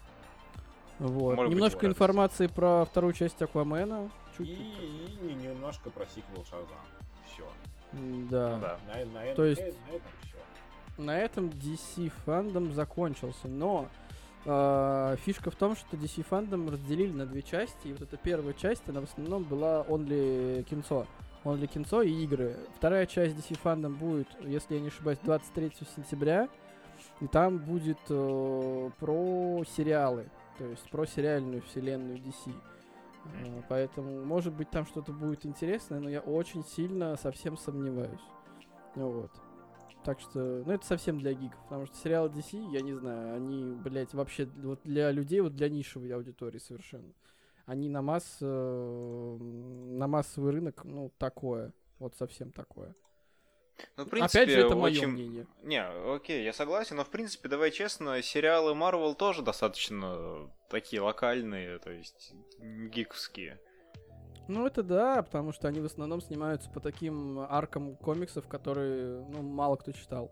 ну, Вот. может быть, Немножко его информации про вторую часть Аквамена. И, Чуть-чуть. и немножко про сиквел Шазам. Все. М, Да. ну да. На, на, То на- есть- на этом все. На этом ди си фандом закончился, но э, фишка в том, что ди си фандом разделили на две части, и вот эта первая часть, она в основном была only кинцо, only кинцо и игры. Вторая часть ди си фандом будет, если я не ошибаюсь, двадцать третьего сентября, и там будет э, про сериалы, то есть про сериальную вселенную ди си. Uh, поэтому, может быть, там что-то будет интересное, но я очень сильно совсем сомневаюсь. Вот. Так что, ну, это совсем для гиков, потому что сериалы ди си, я не знаю, они, блядь, вообще вот для людей, вот для нишевой аудитории совершенно. Они на масс, э, на массовый рынок, ну, такое, вот совсем такое. Ну, в принципе, опять же, это мое очень... мнение. Не, окей, я согласен, но, в принципе, давай честно, сериалы Marvel тоже достаточно такие локальные, то есть гиковские. Ну, это да, потому что они в основном снимаются по таким аркам комиксов, которые, ну, мало кто читал.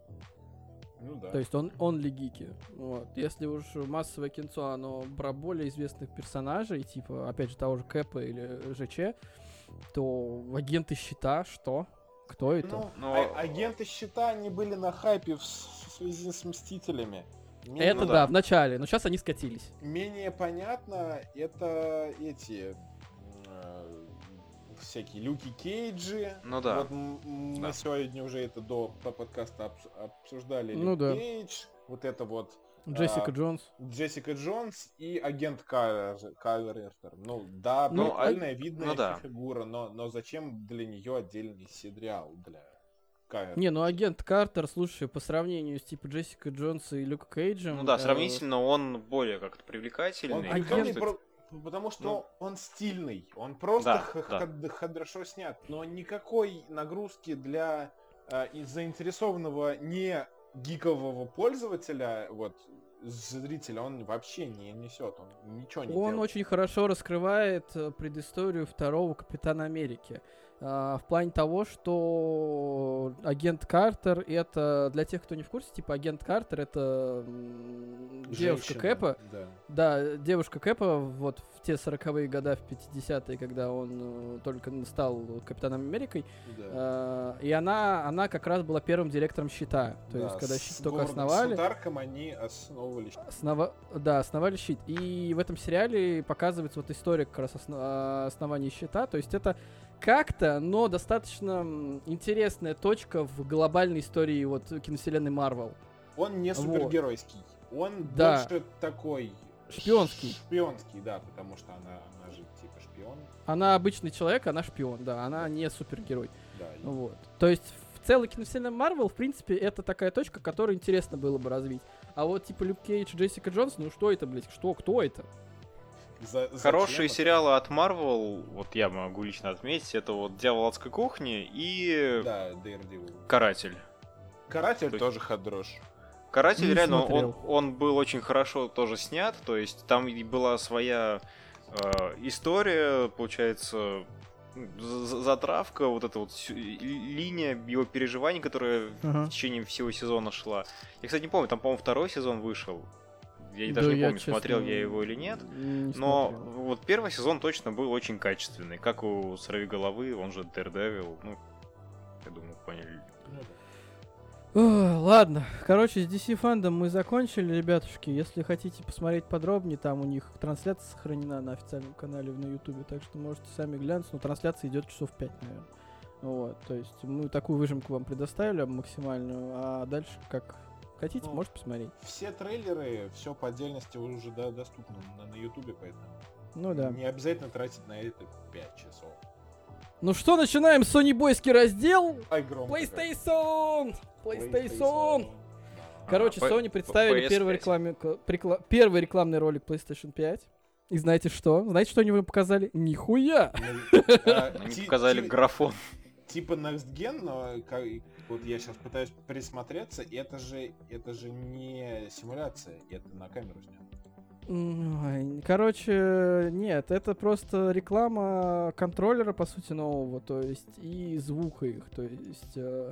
Ну да. То есть он, он ли гики. Вот. Если уж массовое кинцо, оно про более известных персонажей, типа, опять же, того же Кэпа или ЖЧ, то агенты Щита, что? Кто это? Ну, Но- а- агенты Щита, они были на хайпе в, с- в связи с Мстителями. Менее- Это ну да, да. в начале, но сейчас они скатились. Менее понятно, это эти э, всякие Люки Кейджи. Ну да. Вот м- м- Да. мы сегодня уже это до по- подкаста обс- обсуждали. Ну Люк да. Кейдж, вот это вот Джессика а, Джонс. Джессика Джонс и агент Карлер- Карлертер. Ну да, Ну, прикольная, видная ну да. фигура, но, но зачем для нее отдельный сериал для Карлертера? Не, ну агент Картер, слушай, по сравнению с типа Джессикой Джонс и Люк Кейджем... Ну да, э, сравнительно он более как-то привлекательный. Он агент- прикольный, Просто- про- потому что Ну. он стильный, он просто Да, х- да. х- хорошо снят, но никакой нагрузки для э, и заинтересованного не гикового пользователя, вот зрителя, он вообще не несет, он ничего не Он делает. очень хорошо раскрывает э, предысторию второго Капитана Америки. А, в плане того, что агент Картер это, для тех, кто не в курсе, типа агент Картер это м, девушка Женщина, Кэпа. да. Да, девушка Кэпа вот в те сороковые года, в пятидесятые, когда он э, только стал Капитаном Америкой. Да. э, и она, она как раз была первым директором Щита. То Да, есть, когда с Щит только Говардом основали. Старком они основывали. Основа... Да, основали щит. И в этом сериале показывается вот история как раз осно- основания щита. То есть это как-то, но достаточно м, интересная точка в глобальной истории вот киновселенной Марвел. Он не Вот. супергеройский, он Да. больше такой Шпионский. Шпионский, да, потому что она, она же типа шпион. Она обычный человек, она шпион, да, она не супергерой. Да, и- Вот. То есть в целой киновселенной Марвел, в принципе, это такая точка, которую интересно было бы развить. А вот типа Люк Кейдж, Джессика Джонс, ну что это, блядь, что, кто это? За- зачем Хорошие это? сериалы от Marvel, вот я могу лично отметить, это вот «Дьявол адской кухни» и Да, Daredevil. «Каратель». Каратель То есть- тоже хорош. «Каратель» Не реально, он, смотрел. он был очень хорошо тоже снят, то есть там и была своя э, история, получается, з- з- затравка, вот эта вот сю- ли- линия его переживаний, которая Ага. в течение всего сезона шла. Я, кстати, не помню, там, по-моему, второй сезон вышел. Я даже Да, не помню, честно, смотрел я его или нет. не Но смотрел. вот первый сезон точно был очень качественный. Как у Сорвиголовы, он же Daredevil. Ну, я думаю, поняли. Ну да. Ох, ладно, короче, с ди си фандом мы закончили, ребятушки. Если хотите посмотреть подробнее, там у них трансляция сохранена на официальном канале на ютубе, так что можете сами глянуть, но трансляция идет часов пять, наверное. Вот, то есть мы такую выжимку вам предоставили максимальную, а дальше как хотите, Ну, можете посмотреть. Все трейлеры, все по отдельности уже да, доступны на, на ютубе, поэтому Ну да. не обязательно тратить на это пять часов. Ну что, начинаем Sony Бойский раздел. Ай, громко. PlayStation! PlayStation! Да. Короче, А, Sony P- представили пи эс первый, пять. рекламе... к- прикла- первый рекламный ролик PlayStation пять. И знаете что? Знаете, что они вам показали? Нихуя! Ну, а, Они ти- показали ти- графон. Типа Next Gen, но как- вот я сейчас пытаюсь присмотреться, это же это же не симуляция, это на камеру снято. Ой, короче, нет, это просто реклама контроллера, по сути, нового, то есть, и звука их, то есть... э,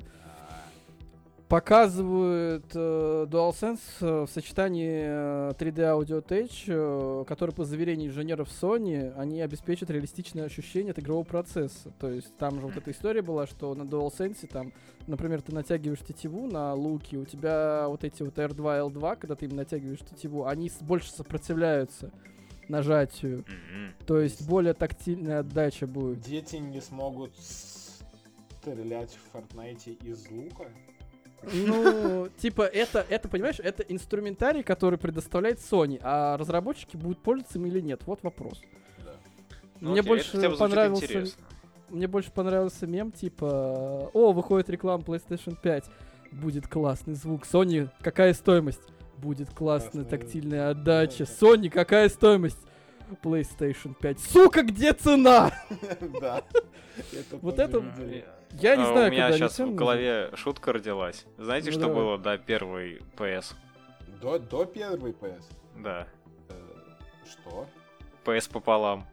показывают э, DualSense э, в сочетании э, три дэ Audio Tech, э, который, по заверению инженеров Sony, они обеспечат реалистичное ощущение от игрового процесса. То есть там же вот эта история была, что на DualSense, там, например, ты натягиваешь тетиву на луки, у тебя вот эти вот эр два эл два, когда ты им натягиваешь тетиву, они с- больше сопротивляются нажатию. Мгм. То есть более тактильная отдача будет. Дети не смогут стрелять в Fortnite из лука. Ну, типа, это, это, понимаешь, это инструментарий, который предоставляет Sony, а разработчики будут пользоваться им или нет, вот вопрос. Да. Ну, Мне окей, больше это хотя бы звучит понравился... интересно. Мне больше понравился мем, типа, о, выходит реклама PlayStation пять, будет классный звук. Sony, какая стоимость? Будет классная Классная тактильная отдача. Sony, какая стоимость? PlayStation пять. Сука, где цена? Да. Вот тоже это- видели. Я не А, знаю, У меня когда они сейчас цены в голове шутка родилась. Знаете, Ну, что давай. было до первой пи эс? До, до первой пи эс. Да. Э, Что? пи эс пополам.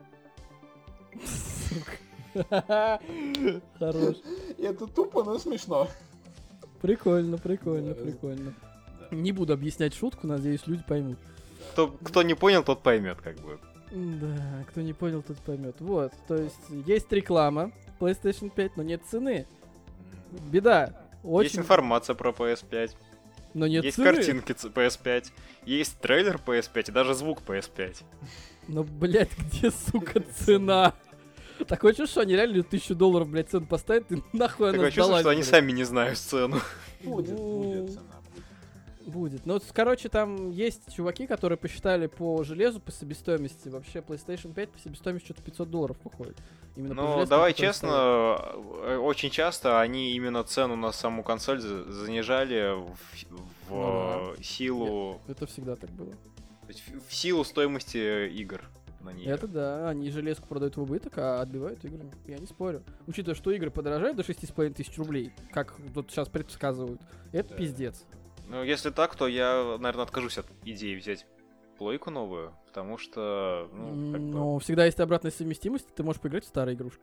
Сука. Хорош. Это тупо, но смешно. Прикольно, прикольно, Да. прикольно. Да. Не буду объяснять шутку, надеюсь, люди поймут. Кто, кто не понял, тот поймет, как бы. Да, кто не понял, тот поймет. Вот, то есть есть реклама PlayStation пять, но нет цены. Беда. Очень... Есть информация про пи эс пять. Но нет есть цены. картинки ц- пи эс пять. Есть трейлер пи эс пять и даже звук пи эс пять. Но, блядь, где, сука, цена? Такое чувство, что они реально тысячу долларов, блядь, цену поставят, и нахуй она Такое чувство, сдалась, что они блядь. сами не знают цену. Будет, Ну, будет цена. Будет. Ну, вот, короче, там есть чуваки, которые посчитали по железу, по себестоимости. Вообще, PlayStation пять по себестоимости что-то пятьсот долларов выходит. Именно по Ну, железке, давай которая честно, стоит. э, очень часто они именно цену на саму консоль за- занижали в, в, Ну э, силу Это всегда так было. то есть в в силу стоимости игр на нее. Это да, они железку продают в убыток, а отбивают играми. Я не спорю. Учитывая, что игры подорожают до шести с половиной тысяч рублей, как вот сейчас предсказывают, это Да. пиздец. Ну, если так, то я, наверное, откажусь от идеи взять плойку новую, потому что, ну, как бы, Но всегда есть обратная совместимость, ты можешь поиграть в старые игрушки.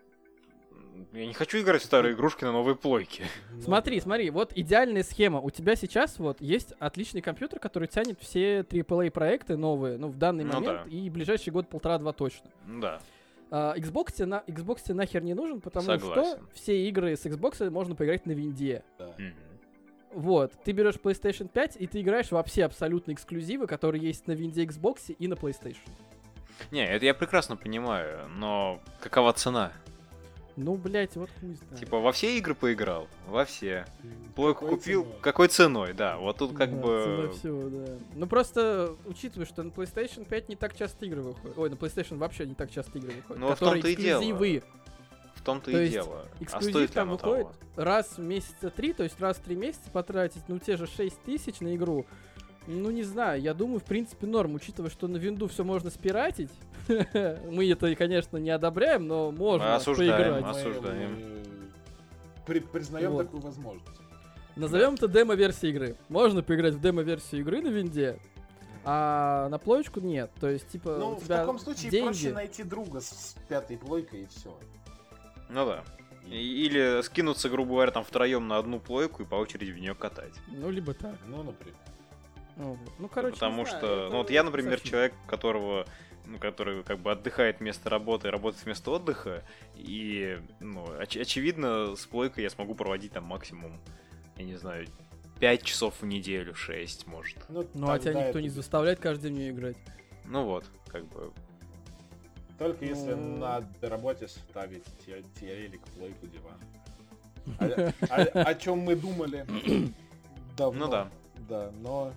я не хочу играть в старые игрушки на новой плойке. Ну, Смотри, да. смотри, вот идеальная схема. У тебя сейчас вот есть отличный компьютер, который тянет все трипл эй проекты новые, ну, в данный Ну момент, да. и в ближайший год полтора-два точно. Ну да. А, Xbox, тебе на, Xbox тебе нахер не нужен, потому Согласен. что все игры с Xbox можно поиграть на винде. Да. Мгм. Вот, ты берешь PlayStation пять, и ты играешь во все абсолютно эксклюзивы, которые есть на винде Xbox и на PlayStation. Не, это я прекрасно понимаю, но какова цена? Ну, блять, вот хуй знает. Типа, во все игры поиграл? Во все. Плойку Какой купил? ценой? Какой ценой? Да, вот тут как Да, бы... цена всего, да. Ну просто, учитывая, что на PlayStation пять не так часто игры выходят. Ой, на PlayStation вообще не так часто игры выходят. Ну, вот в которые том-то и дело. эксклюзивы. В том-то То и есть дело. А Эксклюзив стоит ли там оно выходит того? раз в месяца три, то есть раз в три месяца потратить, ну, те же шесть тысяч на игру. Ну, не знаю, я думаю, в принципе, норм, учитывая, что на винду все можно спиратить. Мы это, конечно, не одобряем, но можно осуждаем, поиграть. осуждаем. Мы при- признаем Вот. такую возможность. Назовем это демо-версией игры. Можно поиграть в демо-версию игры на винде, а на плоечку нет. То есть, типа, Ну, у в тебя таком случае деньги... проще найти друга с, с пятой плойкой и все. Ну да. И- Или скинуться, грубо говоря, там втроем на одну плойку и по очереди в нее катать. Ну, либо так. Ну, например. Ну, вот. Ну, короче, Потому не знаю, что, это ну вот я, например, совсем- человек, которого, ну, который как бы отдыхает вместо работы и работает вместо отдыха, и, ну, оч- очевидно, с плойкой я смогу проводить там максимум, я не знаю, пять часов в неделю, шесть, может. Ну, а тогда тебя никто это не без- заставляет каждый день в неё играть. Ну вот, как бы, Только если Ну. на работе ставить те- телек, плойку, диван. О, о- о чем мы думали давно. ну да. Да, но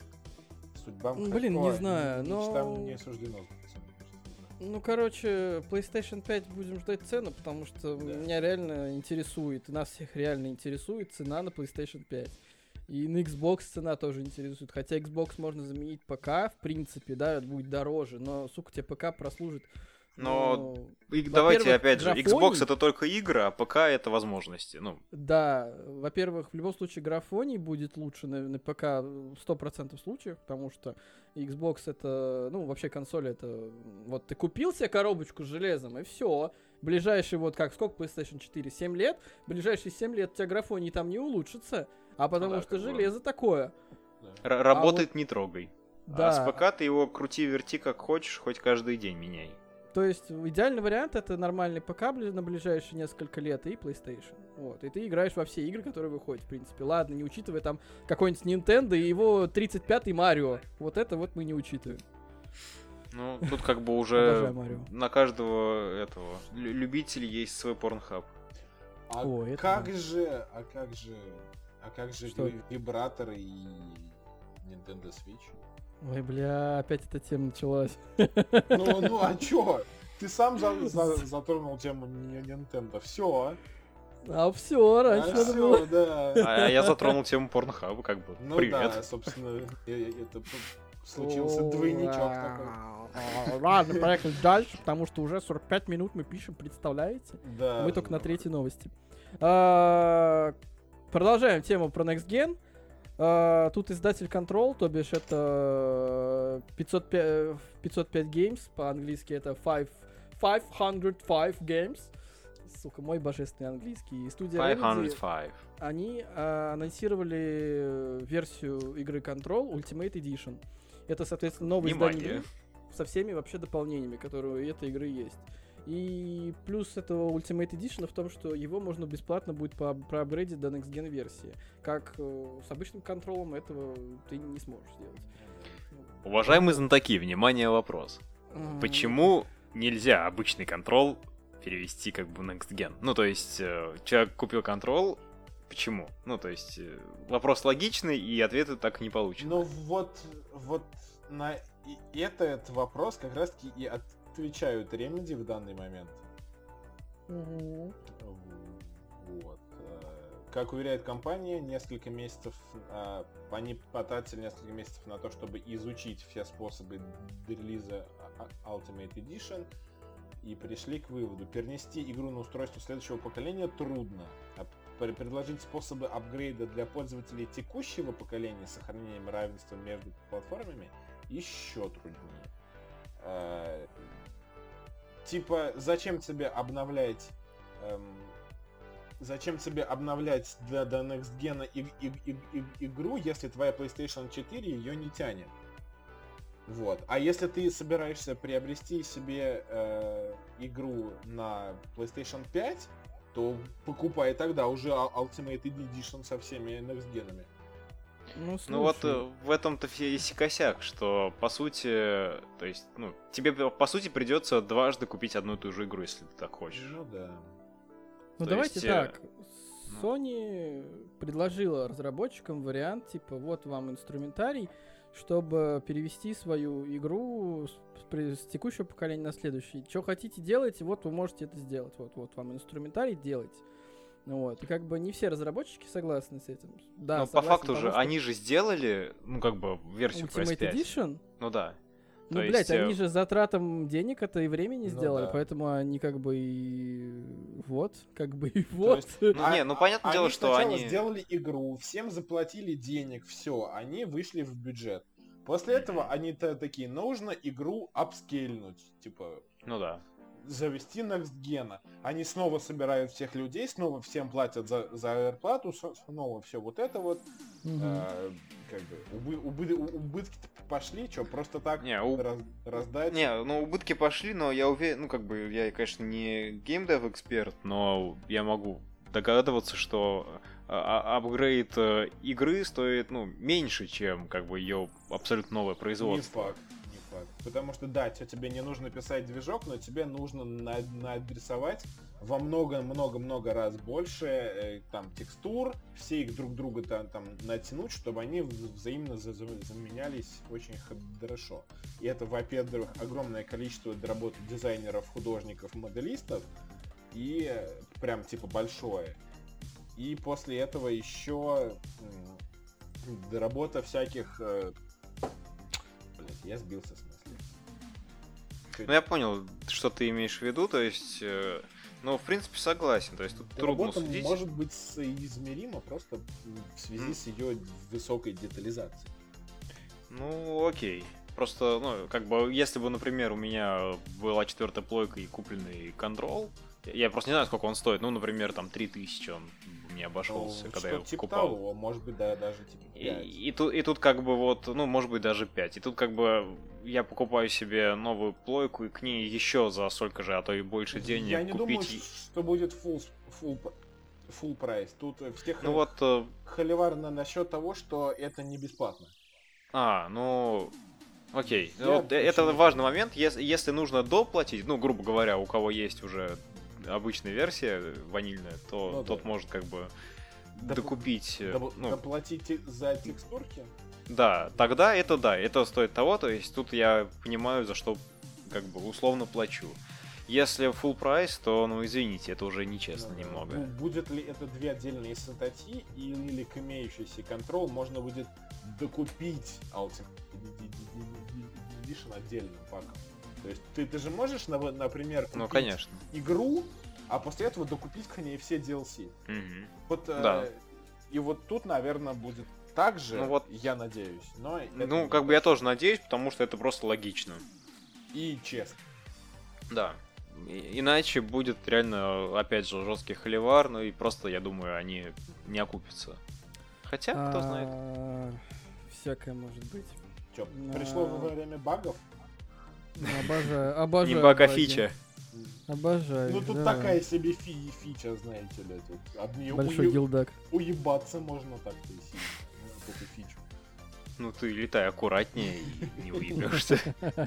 судьба Ну, блин, не какое, знаю, но- мечтам не суждено сбыться, мне кажется. Ну, короче, PlayStation пять будем ждать цену, потому что Да. меня реально интересует, и нас всех реально интересует цена на PlayStation пять. И на Xbox цена тоже интересует. Хотя Xbox можно заменить ПК, в принципе, да, это будет дороже, но, сука, тебе ПК прослужит. Но ну, И давайте во-первых, опять же, графоний- Xbox это только игры, а ПК это возможности. Ну, Да, во-первых, в любом случае графоний будет лучше на, на ПК сто процентов случаев, потому что Xbox это, ну, вообще консоль это, вот ты купил себе коробочку с железом, и все. Ближайший вот как, сколько PlayStation четыре? семь лет? Ближайшие семь лет у тебя графоний там не улучшится, а потому да, что как бы. железо такое. Да. р- работает не трогай. Да. А с ПК ты его крути-верти как хочешь, хоть каждый день меняй. То есть идеальный вариант это нормальный ПК бли- на ближайшие несколько лет и PlayStation. Вот. И ты играешь во все игры, которые выходят, в принципе. Ладно, не учитывая там какой-нибудь Nintendo и его тридцать пятый Марио. Вот это вот мы не учитываем. Ну, тут как бы Обожаю уже Марио. на каждого этого лю- любителя есть свой порнхаб. А О, это как да. же, а как же, а как же Что? ви- вибраторы и Nintendo Switch? Ой, бля, опять эта тема началась. Ну, ну, а чё? ты сам за, за, затронул тему Nintendo. Все. А все, раньше а надо все, было. да. А я затронул тему Порнхаба, как бы. Ну Привет. да, собственно, это случился двойничок такой. Ладно, поехали дальше, потому что уже сорок пять минут мы пишем, представляете? Да. Мы только на третьей новости. А, продолжаем тему про Next Gen. А, тут издатель Control, то бишь это пятьсот пять, пятьсот пять Games, по-английски это пятьсот пять Games. Сука, мой божественный английский. И студия Remedy, пятьсот пять. они а, анонсировали версию игры Control Ultimate Edition. Это, соответственно, новый издание игры со всеми вообще дополнениями, которые у этой игры есть. И плюс этого Ultimate Edition в том, что его можно бесплатно будет по- проапгрейдить до Next Gen версии. Как э, с обычным контролем этого ты не сможешь сделать. Уважаемые знатоки, внимание, вопрос. М, Почему нельзя обычный контрол перевести как бы Next Gen? Ну, то есть, э, человек купил контрол, почему? Ну, то есть, э, вопрос логичный, и ответа так и не получен. Ну вот, вот на и этот вопрос как раз-таки и отвечают Remedy в данный момент. мгм. Вот. э, Как уверяет компания, несколько месяцев э, они потратили несколько месяцев на то, чтобы изучить все способы релиза Ultimate Edition и пришли к выводу: перенести игру на устройство следующего поколения трудно, а пр- предложить способы апгрейда для пользователей текущего поколения с сохранением равенства между платформами еще труднее. Э, Типа, зачем тебе обновлять эм, зачем тебе обновлять для до Next Gen и- и- и- и- игру, если твоя PlayStation четыре ее не тянет? Вот. А если ты собираешься приобрести себе э, игру на PlayStation пять, то покупай тогда уже Ultimate Edition со всеми Next Gen'ами. Ну, Ну вот слушай, э, в этом-то все есть и косяк, что по сути, то есть, ну, тебе по сути придется дважды купить одну и ту же игру, если ты так хочешь. Ну да. ну то давайте есть, э, так. ну. Sony предложила разработчикам вариант, типа, вот вам инструментарий, чтобы перевести свою игру с, с при- с текущего поколения на следующий. Что хотите, делайте, вот вы можете это сделать. Вот, вот вам инструментарий, делайте. Ну вот. И как бы не все разработчики согласны с этим. Да, Но по согласен, факту потому же что они же сделали, ну как бы версию пи эс Ultimate пять. Edition. Ну да. Ну, То блядь, есть, э, они же затратом денег это и времени Ну сделали, да. поэтому они как бы и вот, как бы и вот. есть, Ну не, ну понятное дело, Они что сначала они... сделали игру, всем заплатили денег, все, они вышли в бюджет. После этого они-то такие: нужно игру апскейльнуть, типа Ну да. завести Next Gen. Они снова собирают всех людей, снова всем платят за, за зарплату, снова все вот это вот. Мгм. э, как бы убы- убы- у- убытки пошли, что просто так Не, у- раз- раздать. Не, ну убытки пошли, но я уверен, ну как бы, я, конечно, не геймдев эксперт, но я могу догадываться, что а, а- апгрейд э, игры стоит, ну, меньше, чем как бы ее абсолютно новое Не производство. факт, не факт. Потому что да, те- тебе не нужно писать движок, но тебе нужно на- наадресовать во много-много-много раз больше э, там текстур, все их друг друга там, там натянуть, чтобы они в- взаимно за- за- заменялись очень хорошо. И это, во-первых, огромное количество работы дизайнеров, художников, моделистов, и э, прям типа большое. И после этого еще м, работа всяких... э, Блять, я сбился в смысле. Чё Ну я понял, что ты имеешь в виду, то есть, э, ну в принципе согласен, то есть тут трудно Работа судить. может быть соизмерима просто в связи М. с ее высокой детализацией. Ну окей. Просто, ну, как бы, если бы, например, у меня была четвертая плойка и купленный контрол, я просто не знаю, сколько он стоит, ну, например, там три тысячи он мне обошелся, Ну, когда что я его типа покупал. того, может быть, да, даже типа И, пять. и, тут, и тут как бы вот, ну, может быть, даже пять. И тут как бы я покупаю себе новую плойку и к ней еще за столько же, а то и больше денег Я не купить. думаю, что будет full, full, full прайс. Тут всех Ну вот, э, холивар на насчет того, что это не бесплатно. а, ну, окей. Я Вот, э, это почему-то- важный момент. Если, если нужно доплатить, ну, грубо говоря, у кого есть уже обычная версия ванильная, то Ну да. тот может как бы Доп- докупить. э, Доб- ну, Доплатите за текстурки? да, тогда это да, это стоит того, то есть тут я понимаю, за что как бы условно плачу. Если full прайс, то, ну, извините, это уже нечестно Ну, немного. бу- Будет ли это две отдельные статьи, или к имеющейся контрол можно будет докупить Ultimate Edition отдельным паком? То есть ты, ты же можешь, нав- например, купить Ну, конечно. игру, а после этого докупить к ней все ди эл си. Мгм. Вот, э, Да. И вот тут, наверное, будет так же, Ну вот. я надеюсь. Но это Ну, не как бы я точно. тоже надеюсь, потому что это просто логично. И честно. Да. И- Иначе будет реально, опять же, жесткий холивар, ну и просто, я думаю, они не окупятся. Хотя, кто знает. А, Всякое может быть. Чё, На- пришло во время багов? Ну, Обожаю, обожаю. Не баг, а баги. фича. Обожаю. Ну тут да. такая себе фи- фича, знаете ли. Тут об неё Большой уе- гилдак. уебаться можно так-то и сильно. Вот эту фичу. Ну ты летай аккуратнее и не уебешься.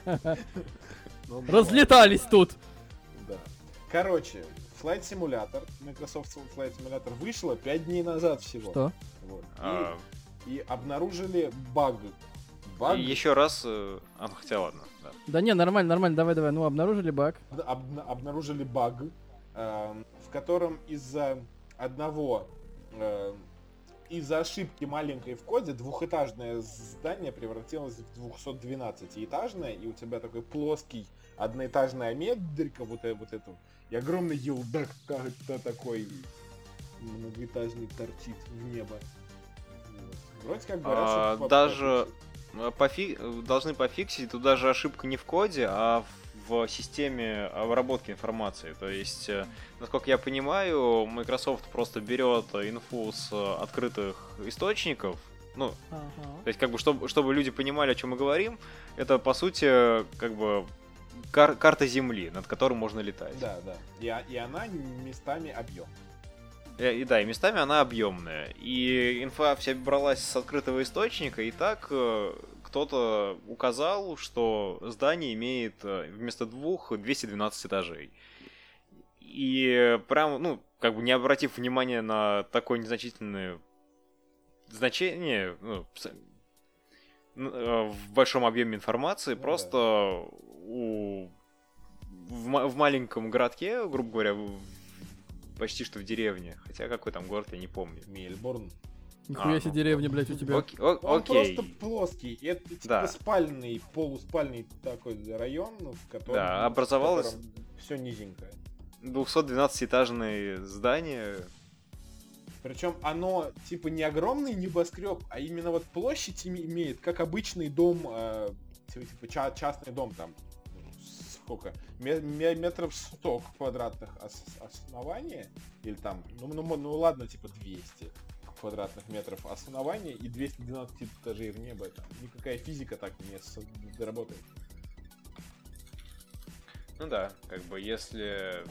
Ну, Разлетались тут! Да. Короче, Flight Simulator, Microsoft Flight Simulator вышла пять дней назад всего. Что? Вот. И, А, и обнаружили баг. Баг. И еще раз... э, А, ну хотя ладно. да. Да не, нормально, нормально, давай, давай. Ну, обнаружили баг. об- обнаружили баг, эм, в котором из-за одного, эм, из-за ошибки маленькой в коде двухэтажное здание превратилось в двухсот-двенадцатиэтажное, и у тебя такой плоский одноэтажная метрика, вот, э- вот это, и огромный елдак как-то такой многоэтажный торчит в небо. Вот. Вроде как говорят, А, что по- даже- пофиксили. А, пофи- Должны пофиксить, тут даже ошибка не в коде, а в системе обработки информации. То есть, э, насколько я понимаю, Microsoft просто берет инфу с э, открытых источников. Ну, то есть, как бы, чтобы, чтобы люди понимали, о чем мы говорим, это, по сути, как бы кар- карта Земли, над которой можно летать. Да, да. И, а- и она местами объем. И, и да, и местами она объемная. И инфа вся бралась с открытого источника, и так э, кто-то указал, что здание имеет э, вместо двух двести двенадцать этажей. И прям, ну, как бы не обратив внимания на такое незначительное значение, ну, с- н- э, в большом объеме информации, Ну просто у в, ма- в маленьком городке, грубо говоря, в- почти что в деревне. Хотя какой там город, я не помню. Мельбурн. Нихуя А, себе ну, деревня, блядь, у тебя. Окей. о- Он окей. просто плоский. Это типа Да. спальный, полуспальный такой район, в котором, Да, образовалось- все низенькое. двухсотдвенадцатиэтажное здание. Причем оно типа не огромный небоскреб, а именно вот площадь име- имеет, как обычный дом, э, типа, типа ча- частный дом там. Сколько? Ме- ме- метров сто квадратных ос- основания. Или там, ну, ну, мо- ну ладно, типа двести квадратных метров основания и двести двенадцать этажей в небо. Это никакая физика так не с- доработает. Ну да, как бы если...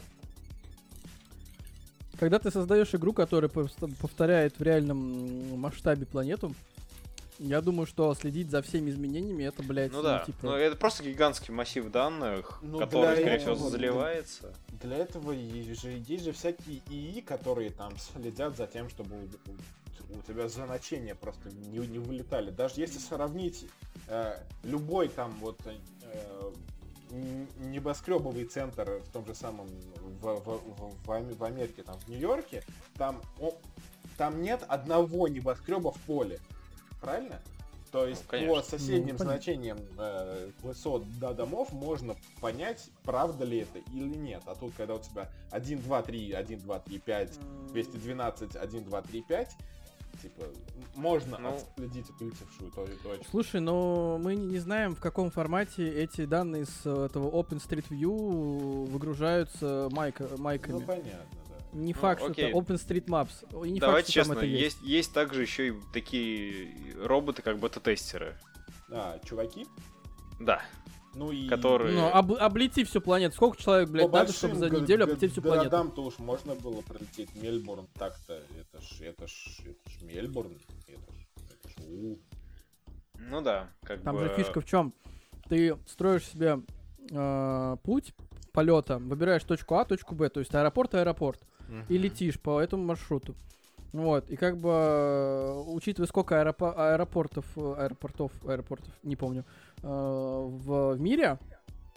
Когда ты создаешь игру, которая просто повторяет в реальном м, масштабе планету, я думаю, что следить за всеми изменениями, это, блядь, Ну да, типа... ну это просто гигантский массив данных, Ну, который, для скорее этого- всего, заливается. Для этого есть же, есть же всякие ИИ, которые там следят за тем, чтобы у, у тебя значения просто не, не вылетали. Даже если сравнить э, любой там вот э, н- небоскребовый центр в том же самом в, в, в, в Ам- в Америке, там в Нью-Йорке, там, о- там нет одного небоскреба в поле. Правильно? То есть Ну, конечно. по соседним Ну, понятно. значениям э, высот до домов можно понять, правда ли это или нет. А тут, когда у тебя один, два, три, один, два, три, пять, двести двенадцать, один, два, три, пять, типа, м- можно Ну. отследить вылетевшую то- точку. Слушай, но мы не не знаем, в каком формате эти данные с э, этого OpenStreetView выгружаются майка, майками. Ну, понятно, да. Не Ну, факт, что окей. это OpenStreetMaps. И не Давайте факт, что честно, там это есть. есть, есть также еще и такие роботы, как бета-тестеры. А, чуваки? Да, Ну и... которые... Ну, об- облети всю планету. Сколько человек, по блядь, надо, чтобы за большим неделю го- облететь всю го- планету? городам-то уж можно было пролететь Мельбурн так-то. Это ж, это ж, это ж Мельбурн. Это ж, это ж, у. Ну да, как Там бы... же фишка в чем? Ты строишь себе э, путь полета, выбираешь точку А, точку Б, то есть аэропорт, аэропорт, и летишь по этому маршруту. Вот, и как бы, э, учитывая, сколько аэропо- аэропортов, э, аэропортов, аэропортов, не помню, э, в, в мире,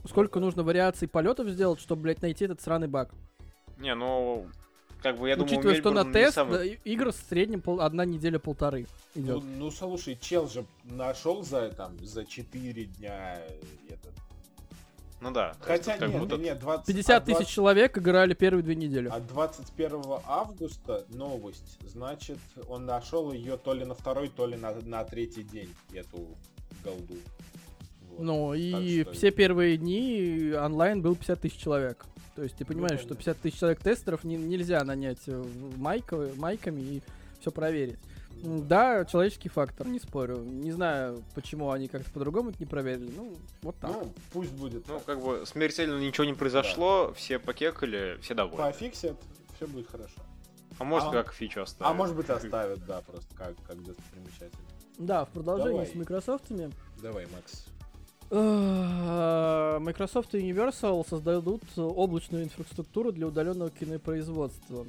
сколько нужно вариаций полетов сделать, чтобы, блядь, найти этот сраный баг. Не, ну, как бы, я Учитывая, думаю, что на Мельбурн не тест самый... да, игр в среднем пол, одна неделя-полторы идет. Ну, ну, слушай, чел же нашел за, там, за четыре дня этот... Ну да. Хотя как нет, будто... нет, двадцать, пятьдесят тысяч двадцать, человек играли первые две недели. от двадцать первого августа новость, значит, он нашел ее то ли на второй, то ли на, на третий день, эту голду. Вот. Ну, и что- все первые дни онлайн был пятьдесят тысяч человек. То есть ты понимаешь, Ну, что понятно. пятьдесят тысяч человек тестеров не- нельзя нанять э, майко- майками и все проверить. М, Да, человеческий фактор, не спорю. Не знаю, почему они как-то по-другому это не проверили. Ну, вот так. Ну, пусть будет. Ну, так. как бы, смертельно ничего не произошло, все покекали, все довольны. Пофиксят, все будет хорошо. А может, А- как фичу оставят. А может быть оставят, да, просто как, как достопримечательно. Да, в продолжении Давай. с Microsoft'ами. Давай, Макс. э, Microsoft и Universal создадут облачную инфраструктуру для удаленного кинопроизводства.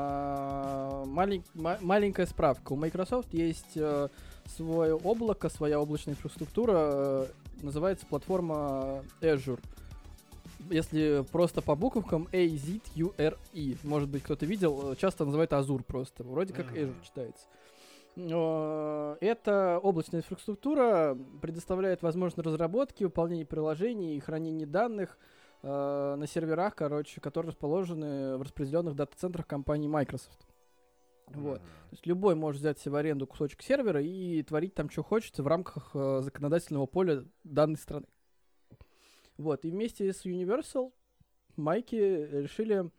А, малень- ма- маленькая справка. У Microsoft есть э, свое облако, своя облачная инфраструктура, э, называется платформа Azure. Если просто по буковкам A Z U R E. Может быть, кто-то видел, э, часто называют Azure просто. Вроде как Мгм. Azure читается. Э, Эта облачная инфраструктура предоставляет возможность разработки, выполнения приложений и хранения данных э, на серверах, короче, которые расположены в распределенных дата-центрах компании Microsoft. Вот. То есть любой может взять себе в аренду кусочек сервера и творить там, что хочется в рамках э, законодательного поля данной страны. Вот. И вместе с Universal Майки решили...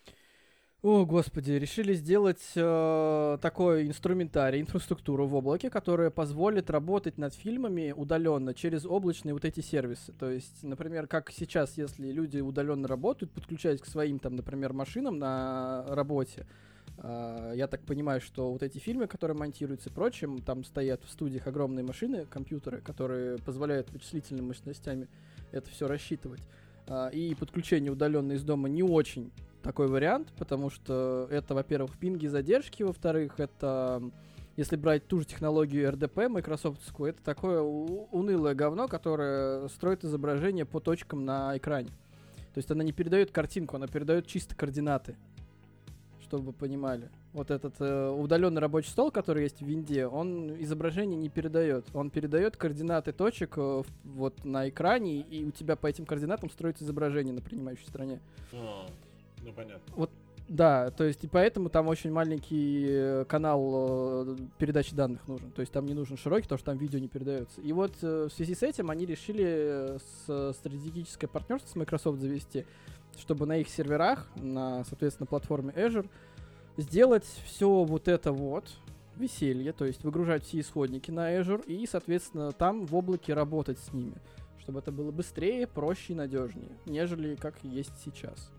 О, господи, решили сделать э, такой инструментарий, инфраструктуру в облаке, которая позволит работать над фильмами удаленно через облачные вот эти сервисы. То есть, например, как сейчас, если люди удаленно работают, подключаясь к своим, там, например, машинам на работе, э, я так понимаю, что вот эти фильмы, которые монтируются и прочим, там стоят в студиях огромные машины, компьютеры, которые позволяют вычислительными мощностями это все рассчитывать. Э, и подключение удаленно из дома не очень такой вариант, потому что это, во-первых, пинги, задержки, во-вторых, это, если брать ту же технологию эр дэ пэ майкрософтскую, это такое у- унылое говно, которое строит изображение по точкам на экране. То есть она не передает картинку, она передает чисто координаты, чтобы вы понимали. Вот этот э, удаленный рабочий стол, который есть в винде, он изображение не передает. Он передает координаты точек э, в- вот на экране, и у тебя по этим координатам строится изображение на принимающей стороне. А, ну понятно. Да, то есть и поэтому там очень маленький э, канал э, передачи данных нужен. То есть там не нужен широкий, потому что там видео не передается. И вот э, в связи с этим они решили э, с стратегическое партнерство с Microsoft завести, чтобы на их серверах, на, соответственно, платформе Azure, сделать все вот это вот веселье, то есть выгружать все исходники на Azure и, соответственно, там в облаке работать с ними, чтобы это было быстрее, проще и надежнее, нежели как есть сейчас.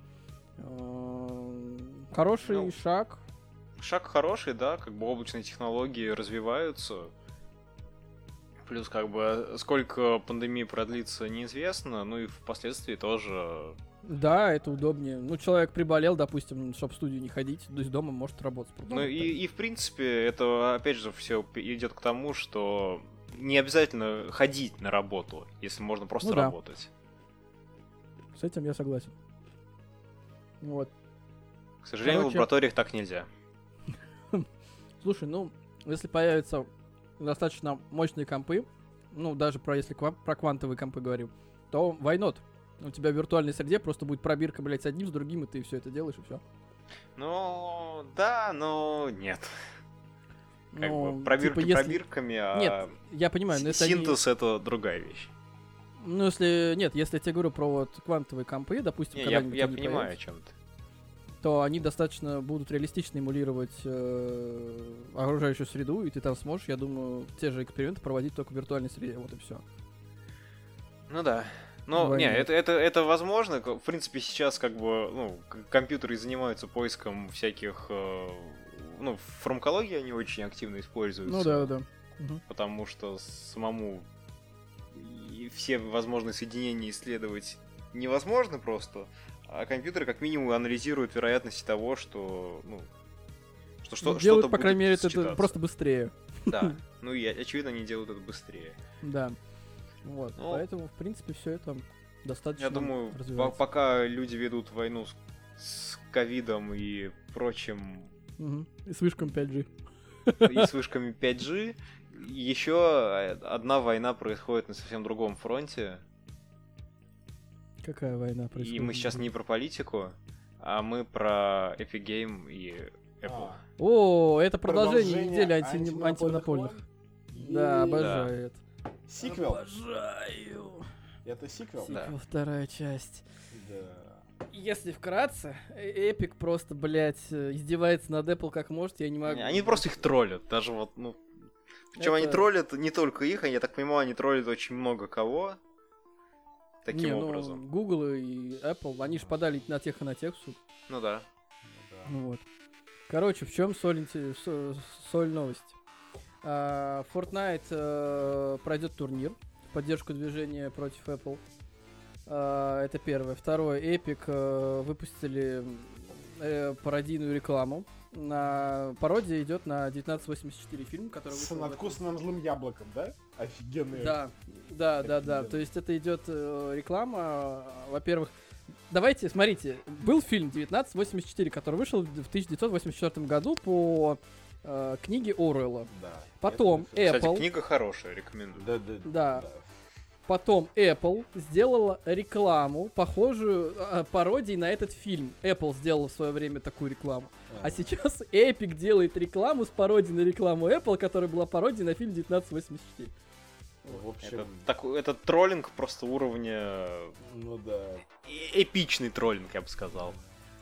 Эм, Хороший Ну, шаг. Шаг хороший, да, как бы облачные технологии развиваются. Плюс, как бы, сколько пандемия продлится, неизвестно, ну и впоследствии тоже. Да, это удобнее. Ну, человек приболел, допустим, чтобы в студию не ходить, то есть дома может работать. Ну и, и в принципе, это опять же все идет к тому, что не обязательно ходить на работу, если можно просто Ну да. работать. С этим я согласен. Вот. К сожалению, Короче. в лабораториях так нельзя. Слушай, ну, если появятся достаточно мощные компы, ну, даже про если ква- про квантовые компы говорим, то why not? У тебя в виртуальной среде просто будет пробирка, блядь, с одним, с другим, и ты все это делаешь, и все. Ну, да, но нет. Как Ну, бы пробирки типа, если- пробирками, а Нет, я понимаю, но если они- синтез это другая вещь. Ну, если... Нет, если я тебе говорю про вот квантовые компы, допустим, Не, я, когда-нибудь я они понимаю о появятся, чем ты. то они достаточно будут реалистично эмулировать э, окружающую среду, и ты там сможешь, я думаю, те же эксперименты проводить только в виртуальной среде, вот и все. Ну да. Но, Война. не, это, это, это возможно. В принципе, сейчас как бы, ну, к- компьютеры занимаются поиском всяких, э, ну, в фармакологии они очень активно используются. Ну да, да. Мгм. Потому что самому и все возможные соединения исследовать невозможно просто, а компьютеры как минимум анализируют вероятности того, что, ну, что, что Ну, делают, что-то по крайней будет мере, это считаться. просто быстрее. Да, ну и очевидно они делают это быстрее. Да. Вот. Ну. Поэтому, в принципе, все это достаточно Я думаю, по- пока люди ведут войну с, с ковидом и прочим... Угу. И с вышками пять джи. И с вышками пять джи, еще одна война происходит на совсем другом фронте. Какая война происходит? И мы сейчас не про политику, а мы про Epic Game и Apple. А, О, это продолжение, продолжение недели анти- антимонопольных антимонопольных. войн? Да, И- обожаю это. Сиквел? Обожаю. Это сиквел? Да. Сиквел, вторая часть. Да. Если вкратце, э- Epic просто, блядь, э, издевается над Apple как может, я не могу. Они просто их троллят, даже вот, ну... Причем Это- они троллят не только их, я так понимаю, они троллят очень много кого. Таким Не, ну, образом. Google и Apple, они же подали на тех и на тех в суд. Ну да. Да. Ну вот. Короче, в чем соль, инте- со- соль новости? А, Fortnite э, пройдет турнир в поддержку движения против Apple. А, это первое. Второе. Epic э, выпустили э, пародийную рекламу. На пародия идет на девятнадцать восемьдесят четыре фильм, который С вышел в этом- надкусанным злым яблоком, да? Офигенный. Да, да, да, да. Офигенно. То есть это идет э, реклама. Во-первых, давайте, смотрите, был фильм девятнадцать восемьдесят четыре, который вышел в тысяча девятьсот восемьдесят четвёртом году по э, книге Оруэлла. Да. Потом Это- Apple, Кстати, книга хорошая, рекомендую. Да, да, Да. потом Apple сделала рекламу, похожую э, пародией на этот фильм. Apple сделала в свое время такую рекламу. А сейчас Epic делает рекламу с пародией на рекламу Apple, которая была пародией на фильм девятнадцать восемьдесят четыре. В общем, Это, такой, это троллинг просто уровня... ну да. э- Эпичный троллинг, я бы сказал.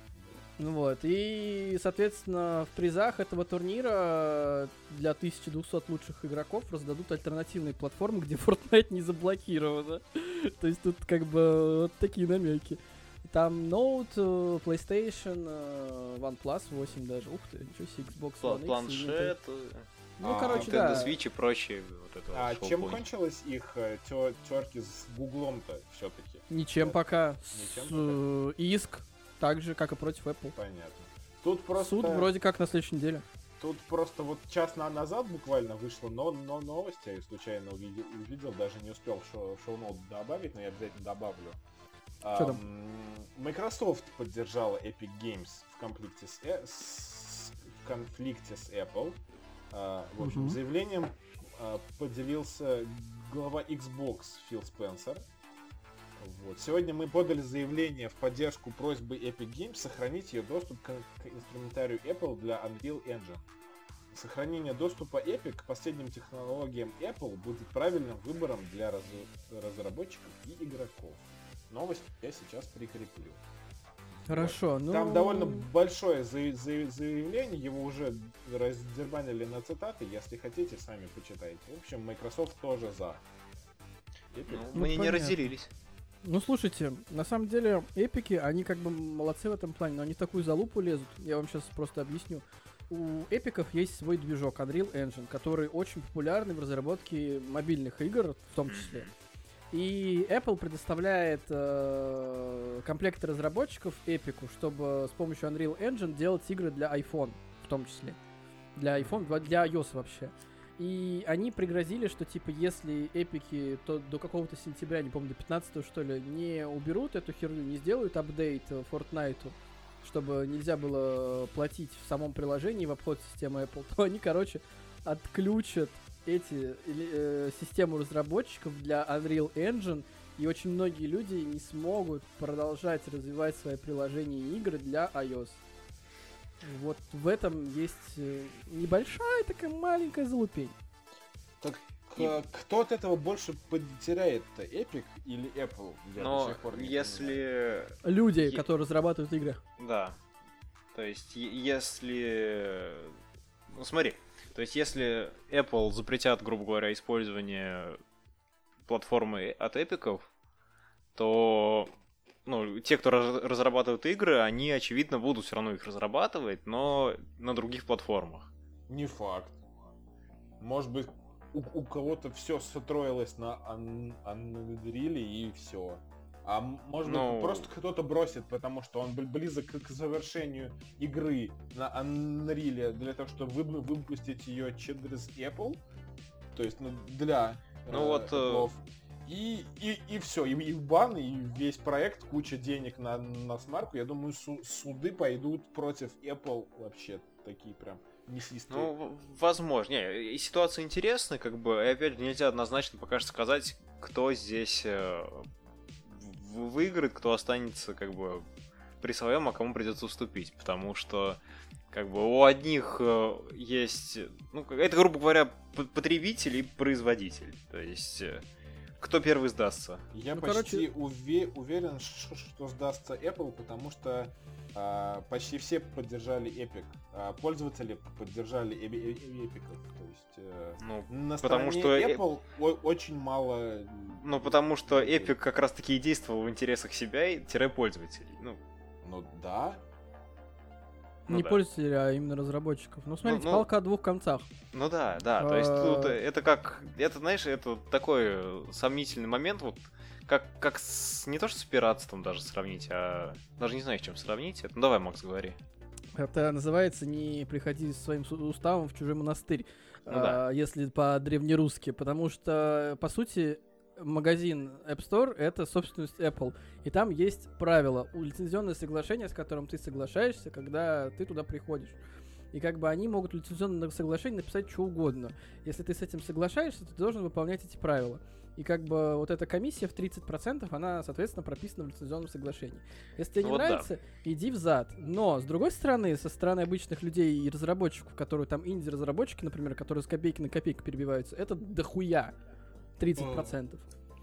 Ну вот, и, соответственно, в призах этого турнира для тысячи двухсот лучших игроков раздадут альтернативные платформы, где Fortnite не заблокировано. То есть тут как бы вот такие намеки. Там Note, э, PlayStation, э, OnePlus восемь даже. Ух ты, ничего себе, Xbox Пла- One X. и Планшет, Ну, А, короче, Nintendo да. Switch и прочие. Вот это А вот чем шоу-пони. кончилась их э, тё- терки с Гуглом-то все-таки? Ничем Да. пока. Ничем С, э, иск, так же, как и против Apple. Понятно. Тут просто, Суд вроде как на следующей неделе. тут просто вот час на- назад буквально вышла но, но новость, я её случайно увидел, увидел, даже не успел шоу, шоу-ноут добавить, но я обязательно добавлю. Чё там? Ам, Microsoft поддержала Epic Games в конфликте с, э- с- в конфликте с Apple. А, в общем, Мгм. заявлением а, поделился глава Xbox Фил Спенсер. Вот. Сегодня мы подали заявление в поддержку просьбы Epic Games сохранить ее доступ к, к инструментарию Apple для Unreal Engine. Сохранение доступа Epic к последним технологиям Apple будет правильным выбором для раз- разработчиков и игроков. Новость я сейчас прикреплю. Хорошо, ну... Там довольно большое за- за- заявление, его уже раздербанили на цитаты, если хотите, сами почитайте. В общем, Microsoft тоже за. Epic. Ну, Ну, мы не понятно. разделились. Ну, слушайте, на самом деле, эпики, они как бы молодцы в этом плане, но они в такую залупу лезут. Я вам сейчас просто объясню. У эпиков есть свой движок Unreal Engine, который очень популярный в разработке мобильных игр, в том числе. И Apple предоставляет э, комплекты разработчиков Эпику, чтобы с помощью Unreal Engine делать игры для iPhone, в том числе. Для iPhone, для iOS вообще. И они пригрозили, что типа если эпики то до какого-то сентября, не помню, до пятнадцатого что ли, не уберут эту херню, не сделают апдейт Fortnite, чтобы нельзя было платить в самом приложении в обход системы Apple, то они, короче, отключат эти э, систему разработчиков для Unreal Engine, и очень многие люди не смогут продолжать развивать свои приложения и игры для iOS. Вот в этом есть э, небольшая такая маленькая залупень. Так И- э, кто от этого больше потеряет-то, Epic или Apple? Я до Но сих пор не понимаю. если... Люди, Е- которые разрабатывают игры. Да. То есть, е- если... Ну, смотри. То есть, если Apple запретят, грубо говоря, использование платформы от эпиков, то... Ну, те, кто раз- разрабатывают игры, они, очевидно, будут все равно их разрабатывать, но на других платформах. Не факт. Может быть, у, у кого-то все строилось на Ун- Unreal и все. А м- может Ну- быть, просто кто-то бросит, потому что он бл- близок к, к завершению игры на Unreal для того, чтобы вы- выпустить ее через Apple. То есть, ну, для Ну э, вот, э, Apple'ов. И, и, и все, и, и в бан, и весь проект, куча денег на, на смарку. Я думаю, су- суды пойдут против Apple вообще такие прям мясистые. Ну, возможно. Не, и ситуация интересная, как бы, и опять же, нельзя однозначно пока что сказать, кто здесь э, выиграет, кто останется, как бы, при своем, а кому придется уступить. Потому что, как бы, у одних э, есть, ну, это, грубо говоря, потребитель и производитель. То есть... Э, кто первый сдастся? Я ну, почти короче... уве- уверен, ш- что сдастся Apple, потому что а, почти все поддержали Epic. А, пользователи поддержали э- э- Epic. То есть э, ну, на потому стороне что Apple о- очень мало... Ну, потому что Epic как раз таки и действовал в интересах себя и пользователей. Ну, ну да. Ну, не да. пользователей, а именно разработчиков. Ну, смотрите, Ну, ну, палка о двух концах. Ну да, да, то есть тут А. это как, это, знаешь, это такой сомнительный момент, вот, как, как с, не то что с пиратством даже сравнить, а даже не знаю, с чем сравнить. Это, ну давай, Макс, говори. Это называется «не приходи со своим су- уставом в чужой монастырь», Ну а, если по-древнерусски, потому что, по сути, магазин App Store — это собственность Apple, и там есть правила, лицензионное соглашение, с которым ты соглашаешься, когда ты туда приходишь. И как бы они могут в лицензионном соглашении написать что угодно. Если ты с этим соглашаешься, то ты должен выполнять эти правила. И как бы вот эта комиссия в тридцать процентов, она, соответственно, прописана в лицензионном соглашении. Если тебе не Вот да. нравится, иди взад. Но, с другой стороны, со стороны обычных людей и разработчиков, которые там инди-разработчики, например, которые с копейки на копейку перебиваются, это дохуя тридцать процентов.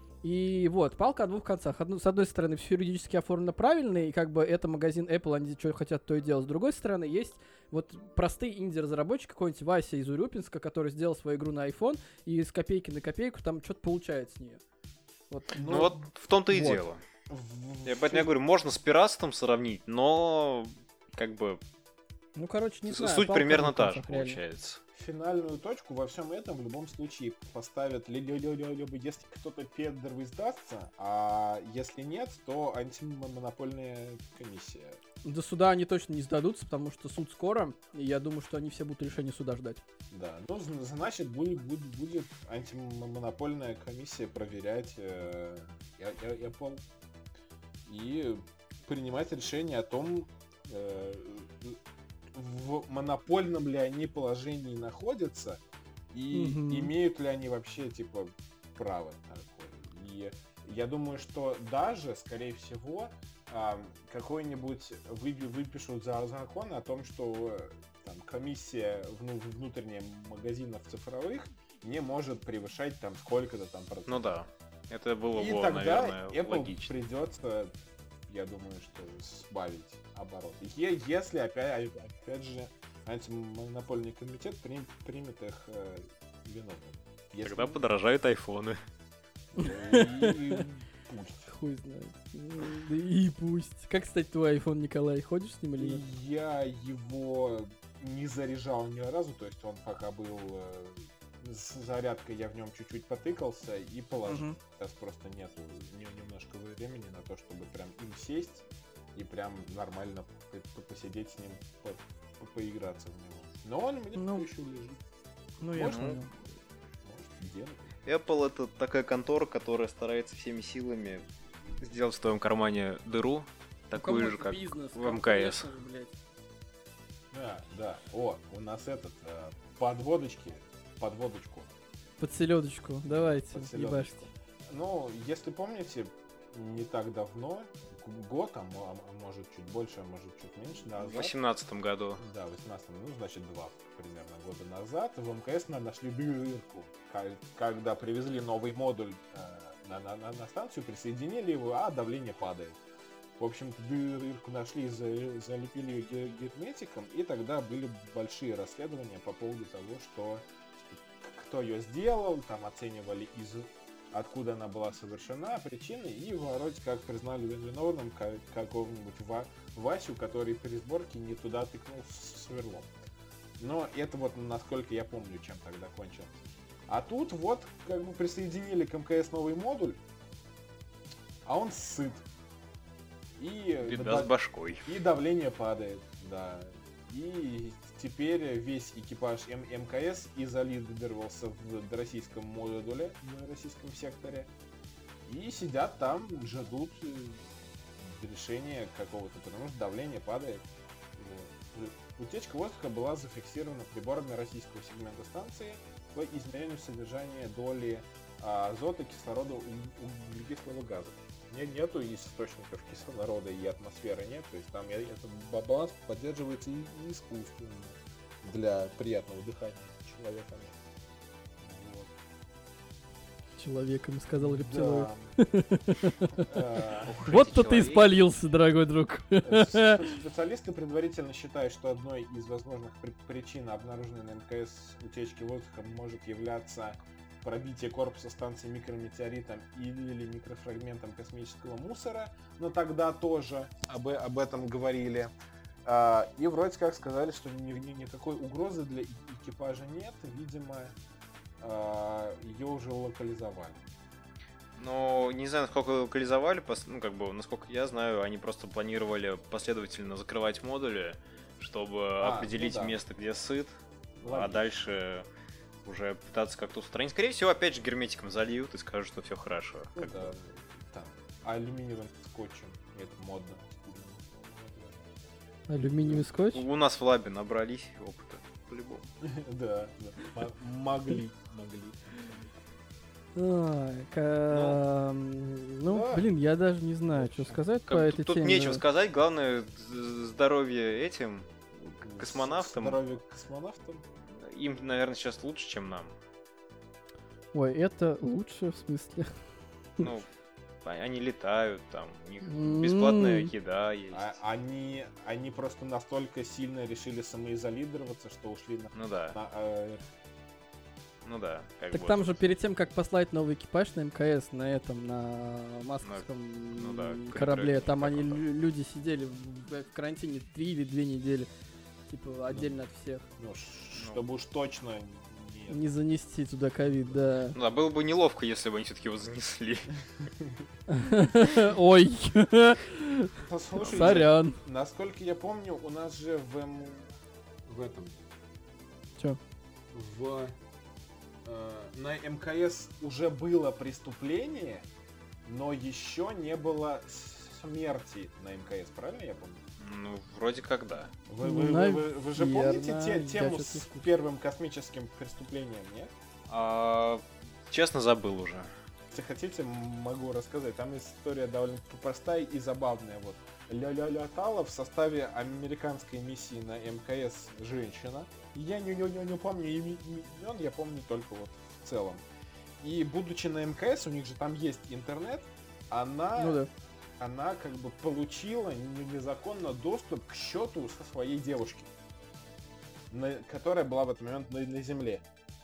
И вот, палка о двух концах. Одну, с одной стороны, все юридически оформлено правильно, и как бы это магазин Apple, они что хотят, то и делать. С другой стороны, есть вот простые инди-разработчики, какой-нибудь Вася из Урюпинска, который сделал свою игру на iPhone, и с копейки на копейку там что-то получает с нее. Вот. Ну, ну вот в том-то и вот. дело. Я поэтому я говорю, можно с пиратством сравнить, но как бы Ну, короче, не знаю. суть палка о примерно двух та же концах, реально. получается. Финальную точку во всем этом в любом случае поставят ли- ли- ли- ли- либо если кто-то первый сдастся, а если нет, то антимонопольная комиссия. До суда они точно не сдадутся, потому что суд скоро, и я думаю, что они все будут решения суда ждать. Да, ну зн- значит будет, будет, будет антимонопольная комиссия проверять э, э- э- Apple и принимать решение о том, э, в монопольном ли они положении находятся и Мгм. имеют ли они вообще типа право такое. И я думаю, что даже, скорее всего, а, какой-нибудь вы- выпишут за закон о том, что э, там, комиссия вну- внутренняя магазинов цифровых не может превышать там сколько-то там процентов. Ну да, это было И бы, тогда наверное, Apple логично. придется, я думаю, что сбавить оборот. Е- Если опять, опять же антимонопольный комитет при- примет их э, виновными. Если Тогда нет, подорожают айфоны. то и пусть. Хуй знает. Ну, да и пусть. Как, кстати, твой iPhone, Николай? Ходишь с ним или нет? Я его не заряжал ни разу, то есть он пока был э, с зарядкой, я в нем чуть-чуть потыкался и положил. Мгм. Сейчас просто нету не- немножко времени на то, чтобы прям им сесть и прям нормально по- по- посидеть с ним, по- по- поиграться в него. Но он у меня Ну, еще лежит. Ну, я Можно? понял. Может, делать. Apple это такая контора, которая старается всеми силами сделать в твоем кармане дыру, такую же, как в МКС. Да, да. О, у нас этот, э, подводочки, подводочку. Под селедочку. Давайте, Под селёдочку. ебашьте. Ну, если помните, не так давно, г- год, а мо- а может чуть больше, а может чуть меньше В назад. восемнадцатом году. Да, в восемнадцатом, ну, значит, два примерно года назад в МКС на- нашли дырку. Ка- Когда привезли новый модуль э, на, на- на- на станцию, присоединили его, а давление падает. В общем-то, дырку нашли, за- залепили ее ге- герметиком, и тогда были большие расследования по поводу того, что к- кто ее сделал, там оценивали из откуда она была совершена, причины, и вроде как признали виновным ка- какого-нибудь Ва- Васю, который при сборке не туда тыкнул с сверлом. Но это вот насколько я помню, чем тогда кончилось. А тут вот как бы присоединили к МКС новый модуль, а он сыт. И, Беда с да- башкой. и давление падает, да. И теперь весь экипаж М- МКС изолировался в российском модуле, в российском секторе. И сидят там, ждут решения какого-то, потому что давление падает. Вот. Утечка воздуха была зафиксирована приборами российского сегмента станции по измерению содержания доли а, азота, кислорода, углекислого газа. Нет, нету источников кислорода и атмосферы нет, то есть там этот баланс поддерживается искусственно для приятного дыхания человеками. Вот. Человеком, сказал рептилоид. Да. Вот-то ты испалился, дорогой друг. Специалисты предварительно считают, что одной из возможных причин обнаруженной на МКС утечки воздуха может являться пробитие корпуса станции микрометеоритом или микрофрагментом космического мусора, но тогда тоже об, об этом говорили. И вроде как сказали, что ни, ни, никакой угрозы для экипажа нет, видимо, ее уже локализовали. Ну, не знаю, насколько локализовали, ну, как бы, насколько я знаю, они просто планировали последовательно закрывать модули, чтобы а, определить ну да. место, где сыт, Логично. А дальше уже пытаться как-то устранить. Скорее всего, опять же, герметиком зальют и скажут, что все хорошо. Ну, да, бы. Там, алюминиевым скотчем, это модно. Алюминиевый скотч? У нас в лабе набрались опыта, по-любому. Да, могли, могли. Ну, блин, я даже не знаю, что сказать по этой теме. Тут нечего сказать, главное здоровье этим космонавтам. Здоровье космонавтам? Им, наверное, сейчас лучше, чем нам. Ой, это лучше, в смысле? Ну, они летают, там, у них бесплатная еда есть. А, они, они просто настолько сильно решили самоизолироваться, что ушли на... Ну да. На, э... Ну да. Как так бы. Там же перед тем, как послать новый экипаж на МКС, на этом, на масковском ну, да, корабле, там они л- люди сидели в, в карантине три или две недели. Типа отдельно ну, от всех. Ну, чтобы уж точно не... не занести туда ковид, да. Ну да, было бы неловко, если бы они все-таки его занесли. Ой. Послушайте, сорян. Насколько я помню, у нас же в в этом. Чё? В на МКС уже было преступление, но еще не было смерти на МКС, правильно я помню? Ну, вроде как да. Вы, вы, вы, вы, вы же помните те, тему с первым космическим преступлением, нет? А, честно, забыл уже. Если хотите, могу рассказать. Там история довольно простая и забавная. Вот. Летала в составе американской миссии на МКС женщина. Я не, не, не, не помню имен, я помню только вот в целом. И будучи на МКС, у них же там есть интернет, она... Ну да. Она как бы получила незаконно доступ к счету со своей девушки, на, которая была в этот момент на, на Земле.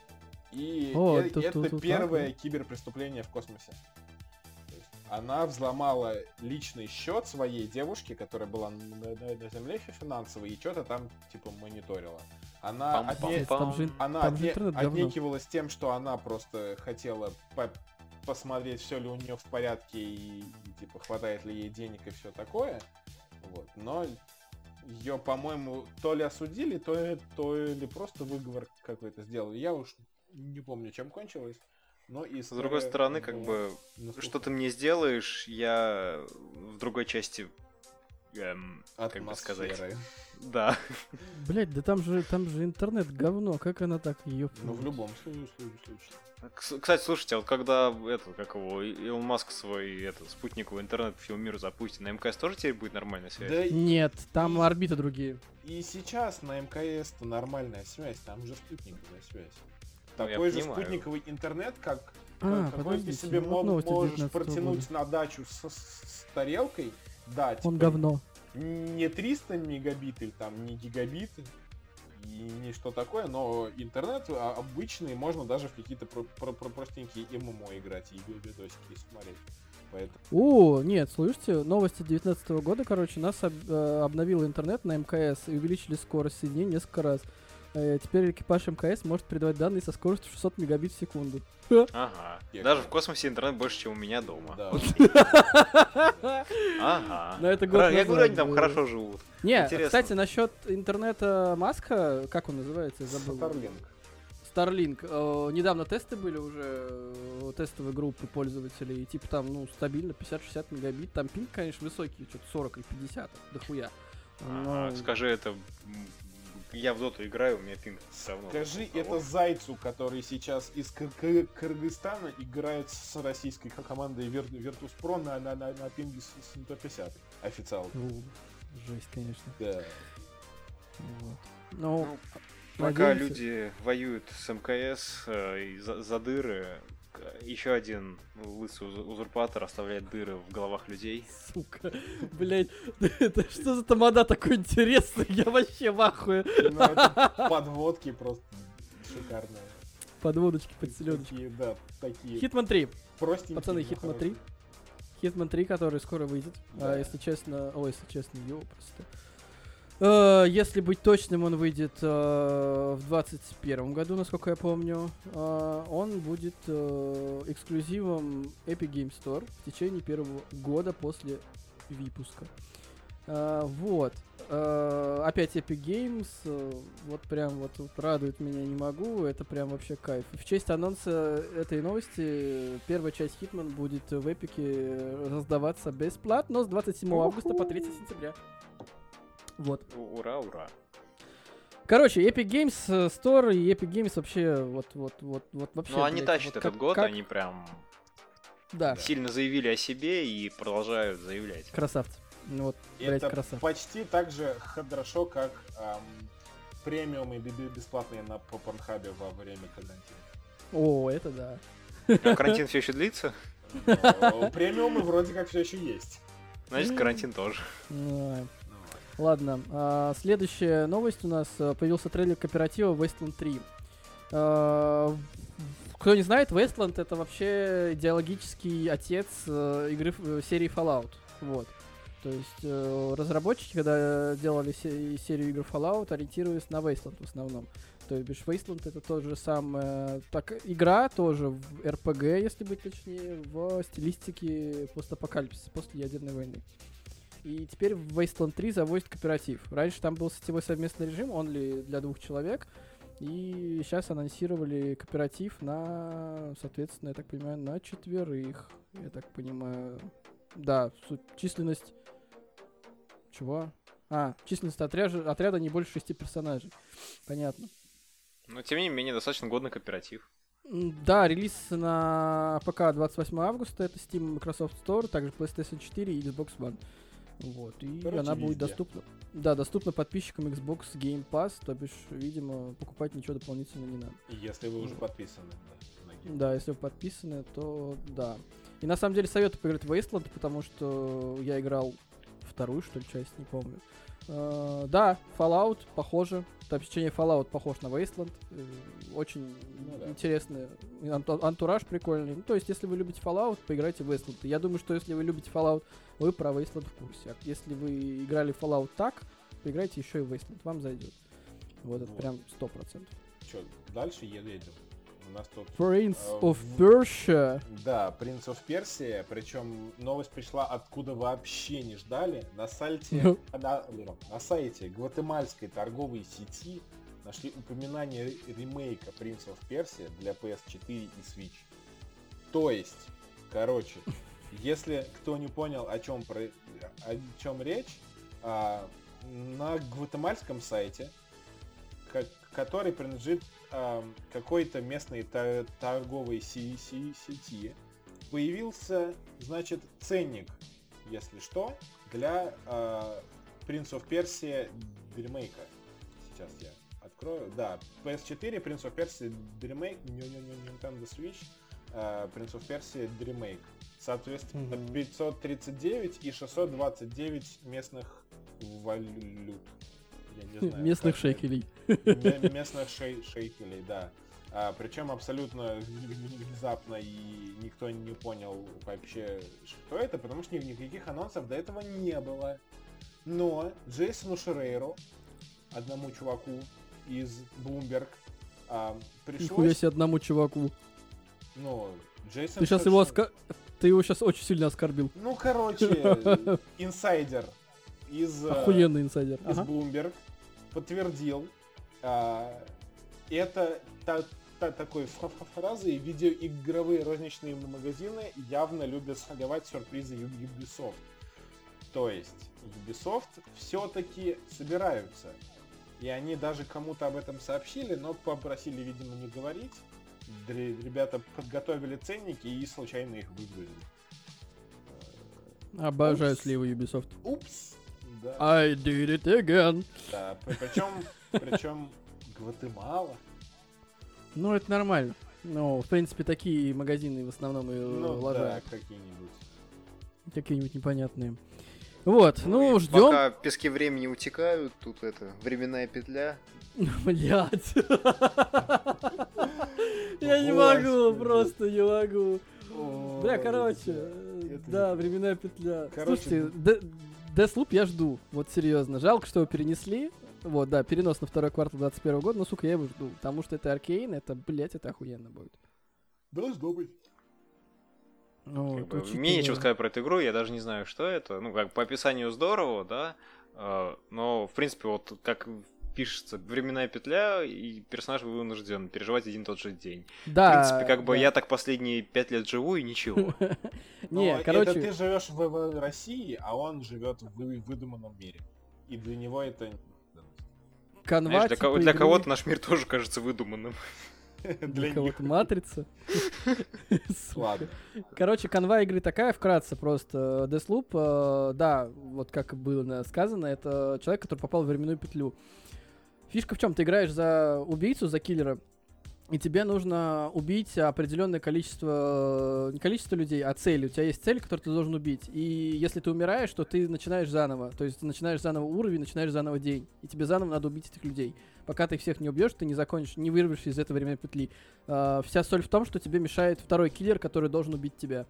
И О, э, тут, это тут, тут, первое так, киберпреступление в космосе. То есть она взломала личный счет своей девушки, которая была на, на, на Земле финансово, и что-то там типа мониторила. Она, отне... там же, она там отне... отнекивалась тем, что она просто хотела по... посмотреть, все ли у нее в порядке и, и типа хватает ли ей денег и все такое. Вот. Но ее, по-моему, то ли осудили, то ли, то ли просто выговор какой-то сделали. Я уж не помню, чем кончилось. Но и с другой стороны, как бы, насколько... что ты мне сделаешь, я в другой части, эм, как бы сказать, да. Блять, да там же, там же интернет говно, как она так ее... Ну в любом случае, случае. Кстати, слушайте, а вот когда это, как его, Илон Маск свой этот, спутниковый интернет по всему миру запустит, на МКС тоже теперь будет нормальная связь? Да нет, там и... орбиты другие. И сейчас на МКС-то нормальная связь, там же спутниковая связь. Ну, такой же понимаю. Спутниковый интернет, как а, какой ты себе вот мог, можешь протянуть года. На дачу с, с, с тарелкой. Да, он типа, говно. Не триста мегабит или там не гигабиты. И не что такое, но интернет обычный, можно даже в какие-то про- про- про- простенькие ММО играть и видосики смотреть. Поэтому... О, нет, слышите, новости девятнадцатого года, короче, нас об, э, обновил интернет на МКС и увеличили скорость соединения несколько раз. Э, теперь экипаж МКС может передавать данные со скоростью шестьсот мегабит в секунду. Ага. Я Даже в космосе интернет больше, чем у меня дома. Да. Ага. Но это год Я говорю, они там хорошо живут. Не, кстати, насчет интернета Маска, как он называется, я забыл. Starlink. Starlink. Э, недавно тесты были уже, э, тестовые группы пользователей, и типа там, ну, стабильно пятьдесят-шестьдесят мегабит. Там пинг, конечно, высокий, что-то сорок или пятьдесят, дохуя. Но... А, скажи это... Я в доту играю, у меня пинг давно. Скажи это Зайцу, который сейчас из Кыр- Кыргызстана играет с российской командой Вир- Virtus.pro на, на, на, на пинге сто пятьдесят. Официал. Ну, жесть, конечно. Да. Вот. Ну, ну, пока люди воюют с МКС э, за, за дыры, еще один лысый узурпатор оставляет дыры в головах людей. Сука, блять, это что за тамада такой интересный? Я вообще в ахуе. Ну, это подводки просто шикарные. Подводочки, подселёночки. Такие, да, такие. Хитман три. Простенькие. Пацаны, Хитман три. Хитман три, который скоро выйдет. Да. А, если честно, ой, если честно, его просто... Uh, если быть точным, он выйдет uh, в двадцать первом году, насколько я помню. Uh, он будет uh, эксклюзивом Epic Games Store в течение первого года после выпуска. Uh, вот. Uh, опять Epic Games. Uh, вот прям вот, вот радует меня не могу. Это прям вообще кайф. В честь анонса этой новости первая часть Hitman будет в Epic раздаваться бесплатно, но с двадцать седьмого августа по третьего сентября. Вот. Ура, ура. Короче, Epic Games Store и Epic Games вообще вот вот вот вот вообще. Ну они блядь, тащат вот этот как, год, как... они прям да. сильно заявили о себе и продолжают заявлять. Красавцы. Ну вот, блядь, это красавцы. Почти так же хорошо, как эм, премиумы бесплатные на Порнхабе во время карантина. О, это да. А карантин все еще длится? Премиумы вроде как все еще есть. Значит, карантин тоже. Ладно, а, следующая новость у нас. Появился трейлер кооператива Wasteland три. А, кто не знает, Wasteland это вообще идеологический отец э, игры э, серии Fallout. Вот. То есть э, разработчики, когда делали се- серию игр Fallout, ориентировались на Wasteland в основном. То есть Wasteland это тот же самый... Так, игра тоже в эр пи джи, если быть точнее, в стилистике постапокалипсиса, после ядерной войны. И теперь в Wasteland три завозят кооператив. Раньше там был сетевой совместный режим, он ли для двух человек. И сейчас анонсировали кооператив на, соответственно, я так понимаю, на четверых. Я так понимаю. Да, суть, численность... Чего? А, численность отряда, отряда не больше шести персонажей. Понятно. Но, тем не менее, достаточно годный кооператив. Да, релиз на ПК двадцать восьмого августа. Это Steam, Microsoft Store, также PlayStation четыре и Xbox One. Вот, и Короче, она будет везде. доступна. Да, доступна подписчикам Xbox Game Pass, то бишь, видимо, покупать ничего дополнительно не надо. Если вы уже подписаны. Да, на Game Pass. Да, если вы подписаны, то да. И на самом деле советую поиграть в Wasteland, потому что я играл вторую, что ли, часть, не помню. Uh, да, Fallout похоже. Точнее, Fallout похож на Wasteland. Uh, очень Ну да. интересный анту- антураж прикольный. Ну, то есть, если вы любите Fallout, поиграйте в Wasteland. Я думаю, что если вы любите Fallout, вы про Wasteland в курсе. А если вы играли в Fallout так, поиграйте еще и в Wasteland. Вам зайдет. Вот это Вот. прям сто процентов. Чё, дальше едем. У нас тут... Prince э, of в- Persia. Да, Prince of Persia, причем новость пришла откуда вообще не ждали. На сайте, Ну. на, на сайте гватемальской торговой сети нашли упоминание ре- ремейка Prince of Persia для пи эс четыре и Switch. То есть, короче, если кто не понял, о чем, про, о чем речь, а, на гватемальском сайте, ко- который принадлежит а, какой-то местной та- торговой си- си- сети, появился, значит, ценник, если что, для а, Prince of Persia ремейка. Сейчас я открою. Да, пи эс четыре, Prince of Persia ремейк, Nintendo Switch, а, Prince of Persia ремейк. Соответственно, Мгм. пятьсот тридцать девять и шестьсот двадцать девять местных валют. Я не знаю, Местных как- шекелей. Ме- местных шей- шейкелей, да. А, причем абсолютно внезапно, и никто не понял вообще, что это, потому что ни- никаких анонсов до этого не было. Но Джейсону Шрейеру, одному чуваку из Bloomberg, а, Нихуя пришлось... себе одному чуваку. Ну, Джейсон... Ты сейчас Ш- его Ш- оска... Ты его сейчас очень сильно оскорбил. Ну, короче, инсайдер из... э, Охуенный инсайдер. из Ага. Bloomberg подтвердил, а, это та- та- такой фра- фра- фразой: видеоигровые розничные магазины явно любят сливать сюрпризы Ю- Ubisoft. То есть Ubisoft все-таки собираются. И они даже кому-то об этом сообщили, но попросили, видимо, не говорить. Д- Ребята подготовили ценники и случайно их выгрузили. Обожаю Упс. сливы Ubisoft. Упс. Да. I did it again. Да. Причем, причем Гватемала. Ну, это нормально. Ну, в принципе, такие магазины в основном и Ну да, лажают. какие-нибудь. Какие-нибудь непонятные. Вот, ну, и ждем. Пока пески времени утекают, тут это, временная петля. Блять. Я не могу, просто не могу. Бля, короче, да, временная петля. Слушайте, Deathloop я жду, вот серьезно. Жалко, что его перенесли. Вот, да, перенос на второй квартал двадцать первого года, но, сука, я его жду. Потому что это Аркейн, это, блять, это охуенно будет. Должно быть. Ну, Как бы, учитывая- мне нечего сказать про эту игру, я даже не знаю, что это. Ну, как по описанию здорово, да. э, Но, в принципе, вот как пишется, временная петля, и персонаж вынужден переживать один и тот же день. Да, В принципе, как бы да. я так последние пять лет живу, и ничего. Не, Но короче, это ты живешь в, в России, а он живет в вы- выдуманном мире. И для него это... канва, Знаешь, для, типа, кого- для игры, кого-то наш мир тоже кажется выдуманным. для Для них. кого-то матрица. Сука. Ладно. Короче, канва игры такая, вкратце просто. Deathloop, э, да, вот как было сказано, это человек, который попал в временную петлю. Фишка в чем? Ты играешь за убийцу, за киллера, и тебе нужно убить определенное количество, не количество людей, а цели. У тебя есть цель, которую ты должен убить. И если ты умираешь, то ты начинаешь заново. То есть ты начинаешь заново уровень, начинаешь заново день. И тебе заново надо убить этих людей. Пока ты их всех не убьешь, ты не закончишь, не вырвешься из этой временной петли. А, вся соль в том, что тебе мешает второй киллер, который должен убить тебя.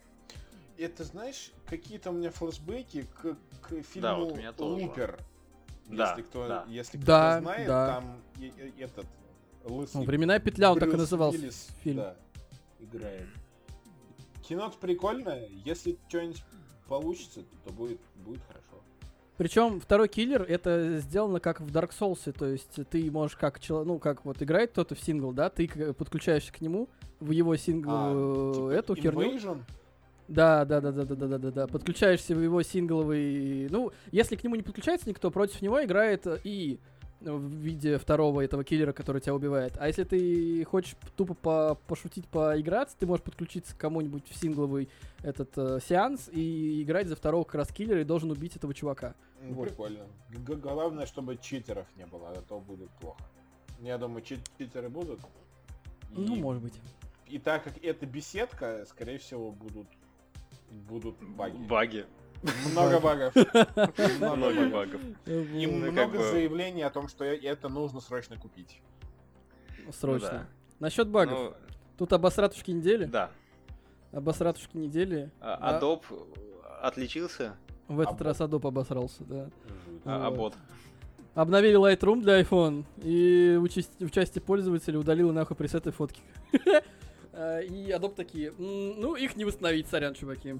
Это, знаешь, какие-то у меня флешбеки к, к фильму Да, вот у меня тоже. Лупер. Да, Если кто, да. если кто Да, знает, да. там и- и- этот лысый Ну, временная петля, он так и Брюс назывался, Уиллис, фильм. да, играет. Кино-то прикольное, если что-нибудь получится, то будет, будет хорошо. Причем второй киллер это сделано как в Dark Souls, то есть ты можешь как чело- ну как вот играет кто-то в сингл, да, ты к- подключаешься к нему в его сингловую А, типа эту херню. Invasion? Да, да, да, да, да, да, да, да, да. Подключаешься в его сингловый. Ну, если к нему не подключается никто, против него играет и в виде второго этого киллера, который тебя убивает. А если ты хочешь тупо по пошутить, поиграться, ты можешь подключиться к кому-нибудь в сингловый этот э, сеанс и играть за второго как раз киллера и должен убить этого чувака. Ну, Вот. прикольно. Г- главное, чтобы читеров не было, а то будет плохо. Я думаю, чит- читеры будут. И, Ну, может быть. и так как это беседка, скорее всего, будут будут баги. Баги. Много багов. Много Много багов. багов. И Ну, как много бы- заявлений о том, что э- это нужно срочно купить. Срочно. Ну да. Насчет багов. Ну, Тут обосратушки недели. да. Обосратушки недели. А- Adobe отличился, В этот Абот. раз Adobe обосрался, да. а Вот. Абот. Обновили Lightroom для iPhone, и участь- участие пользователя удалило нахуй пресеты фотки. А, И Adobe такие, «М, ну их не восстановить, сорян, чуваки.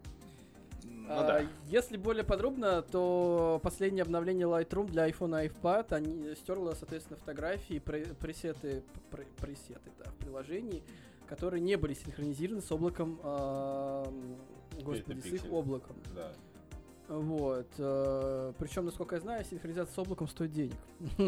Ну А, да. Если более подробно, то последнее обновление Lightroom для iPhone и iPad, они стерло, соответственно, фотографии, пре- пресеты, пре- пресеты, да, в приложении, которые не были синхронизированы с облаком, а, господи, с их Пиксель. облаком. Да. Вот. Причем, насколько я знаю, синхронизация с облаком стоит денег.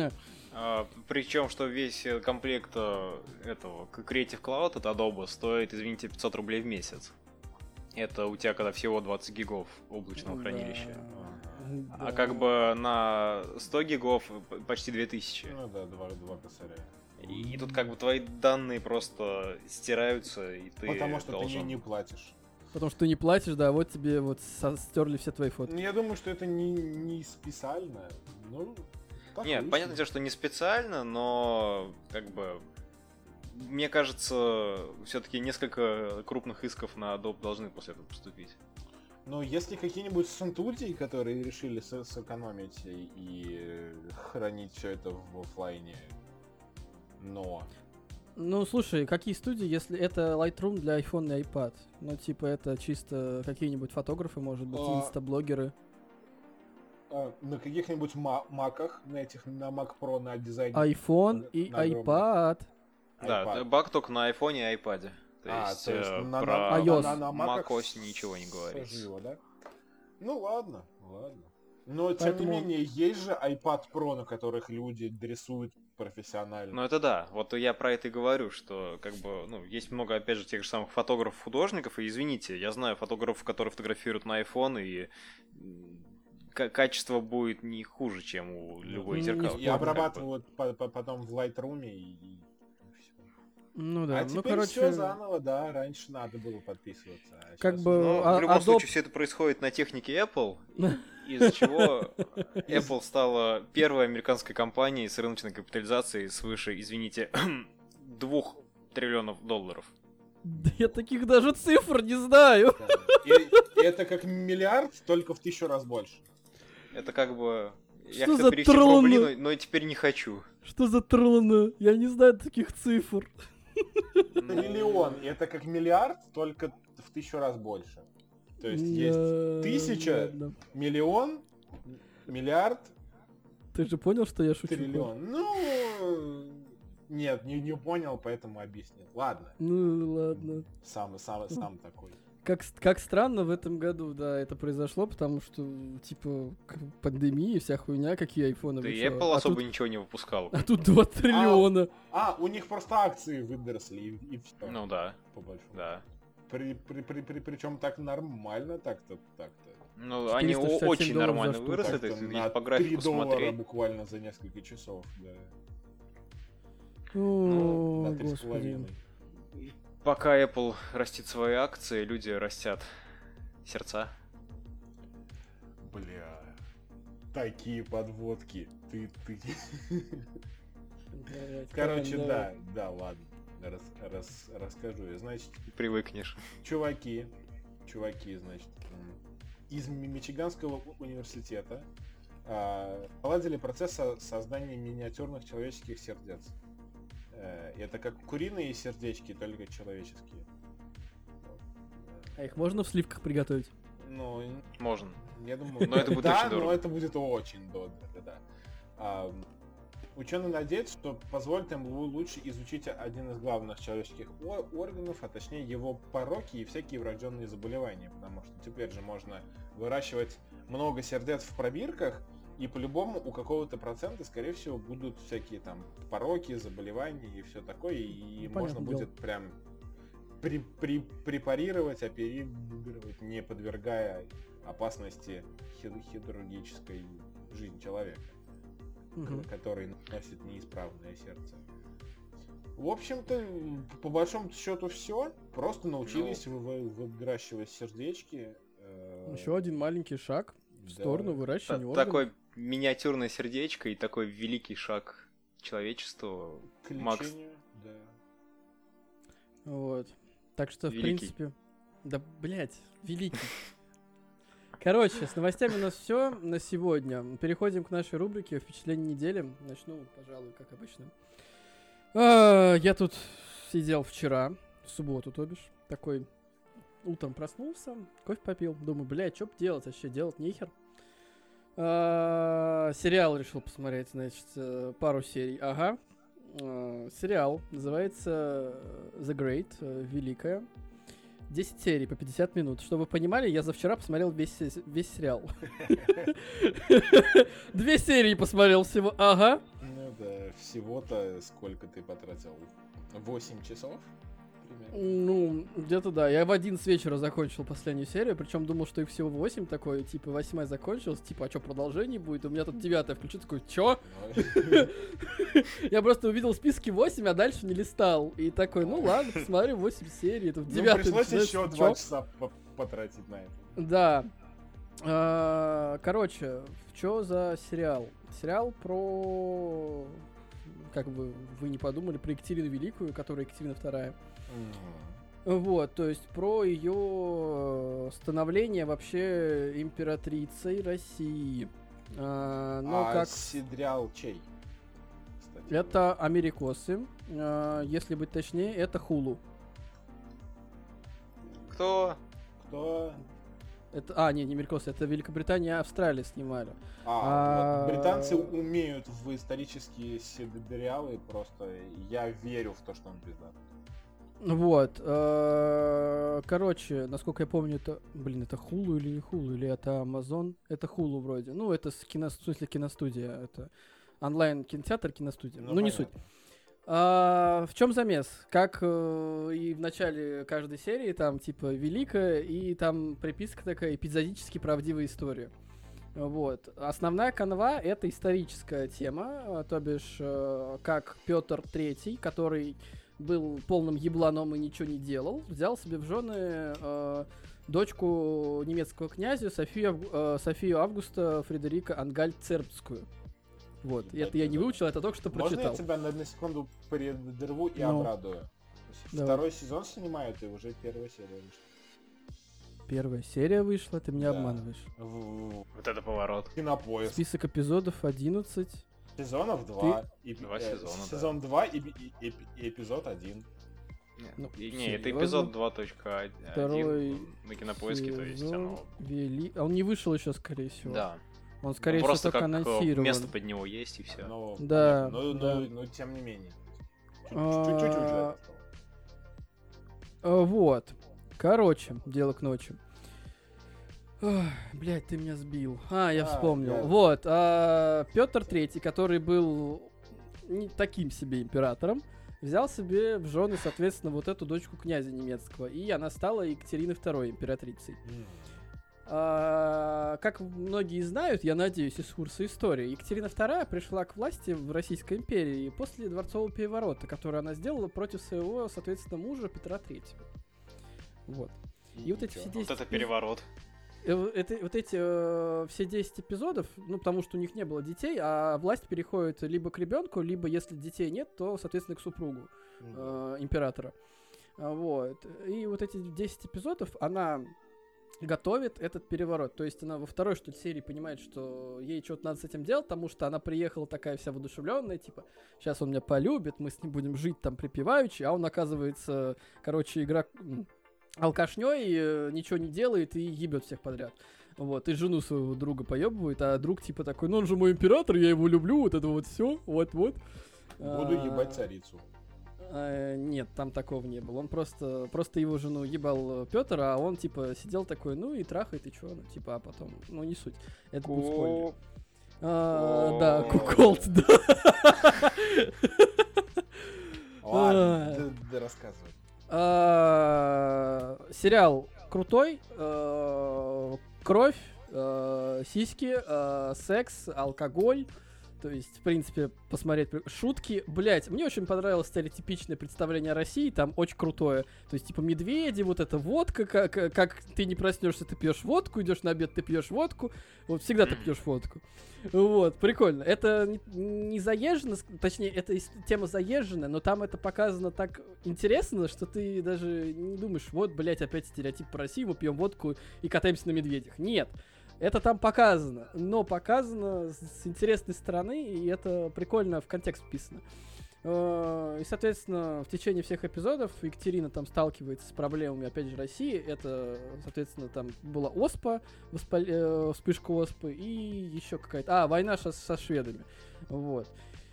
Причем, что весь э, комплект э, этого к- Creative Cloud от Adobe стоит, извините, пятьсот рублей в месяц. Это у тебя когда всего двадцать гигов облачного хранилища. Да. А как бы на сто гигов п- почти две тысячи. Ну да, два, два косаря. И, и тут как бы твои данные просто стираются, и ты Потому что должен... ты не, не платишь. Потому что ты не платишь, да, вот тебе вот со- стерли все твои фотки. Ну, я думаю, что это не, не специально. Ну, так Нет, вышло. понятное дело, что не специально, но как бы мне кажется, все-таки несколько крупных исков на Adobe должны после этого поступить. Но если какие-нибудь студии, которые решили с- сэкономить и, и хранить все это в оффлайне, но... Ну, слушай, какие студии, если это Lightroom для iPhone и iPad? Ну, типа, это чисто какие-нибудь фотографы, может быть, А. инстаблогеры. а, на каких-нибудь ма- маках, на этих, на Mac Pro, на дизайне... iPhone и на огромных. iPad. Да, iPad. баг только на айфоне и айпаде. То А, есть, то есть э, на, про на, iOS. на, на, на macOS ничего не говорится. Соживо, да? Ну ладно, ладно. Но Поэтому- тем не менее, есть же iPad Pro, на которых люди рисуют профессионально. Ну это да, вот я про это и говорю, что как бы, ну, есть много, опять же, тех же самых фотографов-художников, и извините, я знаю фотографов, которые фотографируют на iPhone, и м, к- качество будет не хуже, чем у любой не зеркалки. И как бы. обрабатывают по- по- потом в Lightroom и, и всё. Ну да, А ну теперь короче, все заново, да, раньше надо было подписываться. а Как щас бы- уже- Но А- в любом Adobe- случае все это происходит на технике Apple, и- из-за чего Apple стала первой американской компанией с рыночной капитализацией свыше, извините, двух триллионов долларов. да я таких даже цифр не знаю. Да. И- и это как миллиард, только в тысячу раз больше. Это как бы... Я Что хотел за перевести в трон? рубли, но, но теперь не хочу. Что за трона? Я не знаю таких цифр. Это миллион, и это как миллиард, только в тысячу раз больше. То есть есть Да, тысяча, ладно. миллион, миллиард, Ты же понял, что я шучу? триллион. Ну, нет, не, не понял, поэтому объяснил. Ладно, Ну ладно. сам, сам, сам такой. Как, с- как странно в этом году, да, это произошло, потому что, типа, к- пандемия, вся хуйня, какие айфоны. Да вы и чё? Apple а особо тут, ничего не выпускал. а тут два триллиона. А, у них просто акции выросли, и, и все. Ну да, По большому. да. При, при, при, при, причем так нормально, так-то, так-то. Ну, они о- четыреста шестьдесят семь очень долларов нормально за штуку. выросли, Так-то если на по графику три доллара смотреть. буквально за несколько часов, да. О, на три с господи. половиной. Пока Apple растит свои акции, люди растят сердца. Бля, такие подводки. Ты, ты. Давай, Короче, давай. да, да, ладно. Рас, рас- расскажу я. Значит, Привыкнешь. чуваки, чуваки, значит, м, из Ми- Мичиганского у- университета а, наладили процесс со- создания миниатюрных человеческих сердец. Э, Это как куриные сердечки, только человеческие. Вот. А их можно в сливках приготовить? Ну, Можно. я думаю, Но это будет да, очень дорого. но это будет очень дорого, да. А, ученые надеются, что позволит им лу- лучше изучить один из главных человеческих о- органов, а точнее его пороки и всякие врожденные заболевания, потому что теперь же можно выращивать много сердец в пробирках, и по-любому у какого-то процента, скорее всего, будут всякие там пороки, заболевания и все такое, и Ну, можно понятное дело. будет прям при, при, препарировать, оперировать, не подвергая опасности хир- хирургической жизни человека, Мгм. к- который носит неисправное сердце. В общем-то, по большому счету все. Просто научились вы- вы- выращивать сердечки. э, Еще один маленький шаг в да, сторону Та- выращивания органов. Такое миниатюрное сердечко и такой великий шаг человечеству. к Макс. лечению, да. Вот. Так что, в Великий. принципе... Да, блядь, великий. Короче, с новостями у нас все на сегодня. Переходим к нашей рубрике «Впечатление недели». Начну, пожалуй, как обычно. А, я тут сидел вчера, в субботу, то бишь, такой утром проснулся, кофе попил. Думаю, блядь, что делать вообще? Делать нехер. А, сериал решил посмотреть, значит, э, пару серий. Ага. А, сериал называется The Great, э, Великая. десять серий по пятьдесят минут. Чтобы вы понимали, я за вчера посмотрел весь, се- весь сериал. Две серии посмотрел всего. Ага. Ну да, всего-то сколько ты потратил? восемь часов? Примерно. Ну, где-то да. Я в одиннадцать вечера закончил последнюю серию, причем думал, что их всего восемь такой, типа восьмая закончилась, типа, а что, продолжение будет? У меня тут девятая включу, такой, чё? Ну, Я просто увидел в списке восемь, а дальше не листал. И такой, ну ладно, посмотрю восемь серий, тут Ну, девятая пришлось начинается, еще чё? два часа по- потратить на это. Да. А, Короче, что за сериал? Сериал про... Как бы вы не подумали, про Екатерину Великую, которая Екатерина Вторая. Вот, то есть про ее становление вообще императрицей России. А, но а как... сериал чей? Кстати. Это америкосы. А, если быть точнее, это Хулу. Кто? Кто? Это, а, не, не американцы, это Великобритания и Австралия снимали. А, вот британцы умеют в исторические сериалы, просто я верю в то, что он пиздат. Вот. Короче, насколько я помню, это... Блин, это Hulu или не Hulu, или это Amazon? Это Hulu вроде. Ну, это с кино... в смысле киностудия. Это онлайн-кинотеатр, киностудия. Ну, ну не суть. А, в чем замес? Как э, и в начале каждой серии, там, типа, великая, и там приписка такая, эпизодически правдивая история. Вот. Основная канва — это историческая тема, то бишь, э, как Петр Третий, который был полным ебланом и ничего не делал, взял себе в жены э, дочку немецкого князя Софию, э, Софию Августа Фредерика Ангальд-Цербскую. Вот, и это я не выучил, это только что прочитал. Можно я тебя на, на секунду прерву и ну, обрадую? Давай. Второй сезон снимают, и уже первая серия вышла. Первая серия вышла, ты меня да. обманываешь. Вот это поворот. Кинопоиск. Список эпизодов одиннадцать. Сезонов два. Ты... И, два э, сезона, сезон да. два и, и, и, и эпизод один. Нет, ну, и, не, это эпизод два точка один Второй на Кинопоиске, то есть оно... Вели... Он не вышел еще, скорее всего. Да. Он, скорее ну, всего, только как анонсирован. Место под него есть, и все. Но, да, но, да. Но, но, но тем не менее. Чуть-чуть а... Вот. Короче, дело к ночи. Блять, ты меня сбил. А, я а, вспомнил. Я... Вот. А, Петр Третий, который был не таким себе императором, взял себе в жены, соответственно, вот эту дочку князя немецкого. И она стала Екатериной Второй императрицей. Mm. А, как многие знают, я надеюсь, из курса истории, Екатерина Вторая пришла к власти в Российской империи после дворцового переворота, который она сделала против своего, соответственно, мужа Петра Третьего. Вот. И, и вот эти все десять... Вот это переворот. Это, вот эти э, все десять эпизодов, ну, потому что у них не было детей, а власть переходит либо к ребенку, либо, если детей нет, то, соответственно, к супругу э, императора. Вот. И вот эти десять эпизодов, она готовит этот переворот. То есть она во второй, что ли, серии понимает, что ей что-то надо с этим делать, потому что она приехала такая вся воодушевленная, типа, сейчас он меня полюбит, мы с ним будем жить там припеваючи, а он, оказывается, короче, игрок... алкашней, ничего не делает и ебет всех подряд. Вот, и жену своего друга поебывает, а друг типа такой, ну он же мой император, я его люблю, вот это вот все, вот-вот. Буду а, ебать царицу. А, нет, там такого не было. Он просто, просто его жену ебал Петр, а он типа сидел такой, ну и трахает, и чё, ну типа, а потом, ну не суть. Это был спойлер. А, да, куколд, да. Ладно, да рассказывай. Uh, сериал крутой, uh, кровь, uh, сиськи, uh, секс, алкоголь. То есть, в принципе, посмотреть шутки. Блять, мне очень понравилось стереотипичное представление о России, там очень крутое. То есть, типа, медведи, вот эта водка, как, как ты не проснешься, ты пьешь водку, идешь на обед, ты пьешь водку. Вот всегда ты пьешь водку. Вот, прикольно. Это не, не заезжено, точнее, это тема заезженная, но там это показано так интересно, что ты даже не думаешь, вот, блять, опять стереотип по России, мы пьем водку и катаемся на медведях. Нет. Это там показано, но показано с интересной стороны, и это прикольно в контекст вписано. И, соответственно, в течение всех эпизодов Екатерина там сталкивается с проблемами, опять же, России. Это, соответственно, там была оспа, воспал... вспышка оспы, и еще какая-то... А, война со, со шведами. Вот.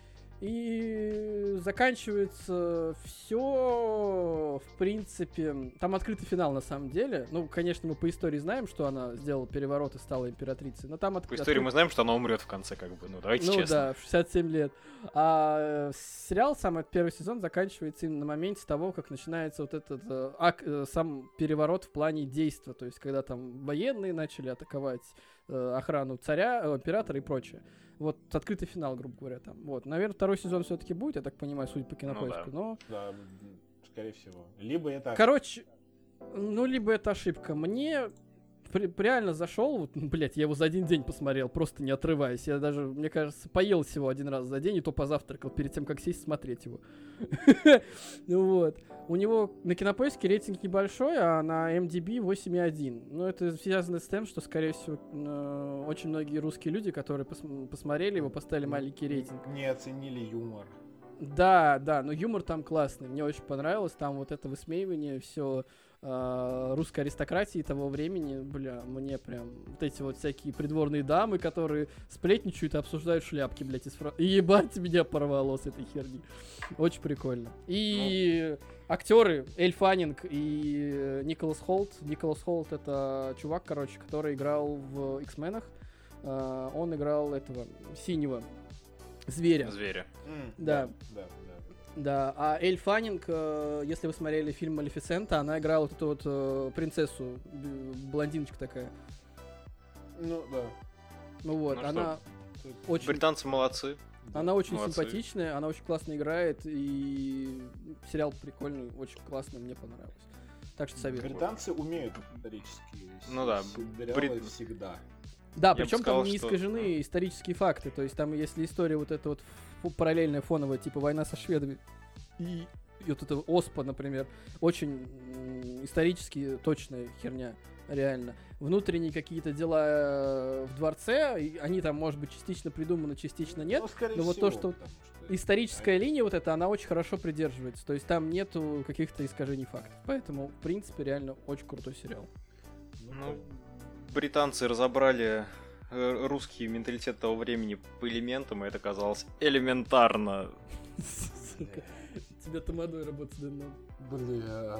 И заканчивается все, в принципе, там открытый финал на самом деле. Ну, конечно, мы по истории знаем, что она сделала переворот и стала императрицей, но там... От... По истории открыт... мы знаем, что она умрет в конце, как бы, ну, давайте ну, честно. Ну да, в шестьдесят семь лет. А сериал, самый первый сезон, заканчивается именно на моменте того, как начинается вот этот э, ак, э, сам переворот в плане действия, то есть когда там военные начали атаковать э, охрану царя, э, императора и прочее. Вот открытый финал, грубо говоря, там. Вот, наверное, второй сезон все-таки будет, я так понимаю, судя по Кинопоиску, ну, да. но... Да, скорее всего. Либо это... Короче, ну, либо это ошибка. Мне при- реально зашел, вот, блять, я его за один день посмотрел, просто не отрываясь. Я даже, мне кажется, поел всего один раз за день, и то позавтракал перед тем, как сесть смотреть его. Вот. У него на Кинопоиске рейтинг небольшой, а на эм ди би восемь и один. Но это связано с тем, что, скорее всего, очень многие русские люди, которые пос- посмотрели его, поставили маленький рейтинг. Не оценили юмор. Да, да, но юмор там классный, мне очень понравилось, там вот это высмеивание, все э, русской аристократии того времени, бля, мне прям вот эти вот всякие придворные дамы, которые сплетничают и обсуждают шляпки, блядь, из фра... Ебать, меня порвало с этой херни. Очень прикольно. И ну. актеры Эль Фаннинг и Николас Холт. Николас Холт — это чувак, короче, который играл в X-менах. Uh, он играл этого синего зверя. Зверя. Mm, да. Да, да, да. Да. А Эль Фаннинг, uh, если вы смотрели фильм «Малефисента», она играла вот эту вот uh, принцессу, блондиночка такая. Ну, да. Ну вот, ну, она что? очень... Британцы молодцы. Она очень молодцы. симпатичная, она очень классно играет, и сериал прикольный, очень классный, мне понравилось. Так что советую. Британцы умеют исторические ну, да. сериалы Брит... всегда. Да, Я причем сказал, там не что... искажены исторические факты. То есть там, если история вот эта вот ф- параллельная фоновая, типа война со шведами и, и вот эта ОСПА, например, очень м- исторически точная херня, реально. Внутренние какие-то дела в дворце, и они там, может быть, частично придуманы, частично нет. Ну, скорее но вот всего, то, что что историческая линия вот эта, она очень хорошо придерживается. То есть там нету каких-то искажений фактов. Поэтому, в принципе, реально очень крутой сериал. Ну, британцы разобрали русский менталитет того времени по элементам, и это казалось элементарно. Сука, тебя тамадой работать давно. Бля.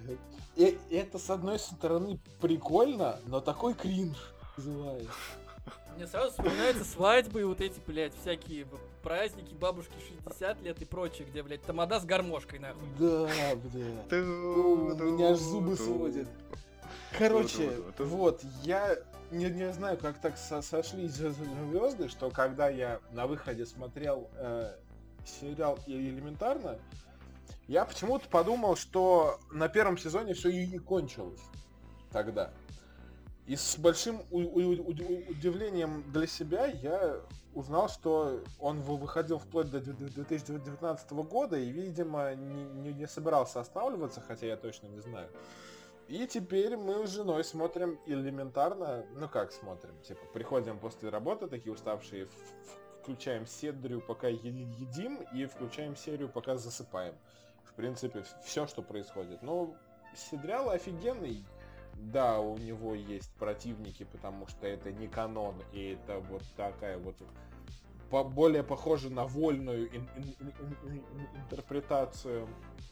И это, с одной стороны, прикольно, но такой кринж вызывает. Мне сразу вспоминаются свадьбы и вот эти, блядь, всякие праздники, бабушки шестьдесят лет и прочее, где, блядь, тамада с гармошкой, нахуй. Да, бля. У меня аж зубы сводят. Короче, вот, я не, не знаю, как так со- сошлись звезды, что когда я на выходе смотрел э, сериал «Элементарно», я почему-то подумал, что на первом сезоне все и кончилось тогда. И с большим у- у- у- удивлением для себя я узнал, что он выходил вплоть до две тысячи девятнадцатого года и, видимо, не, не, не собирался останавливаться, хотя я точно не знаю. И теперь мы с женой смотрим элементарно, ну как смотрим, типа приходим после работы, такие уставшие, включаем серию, пока едим, и включаем серию, пока засыпаем. В принципе, все, что происходит. Но сериал офигенный. Да, у него есть противники, потому что это не канон, и это вот такая вот по- более похоже на вольную ин- ин- ин- интерпретацию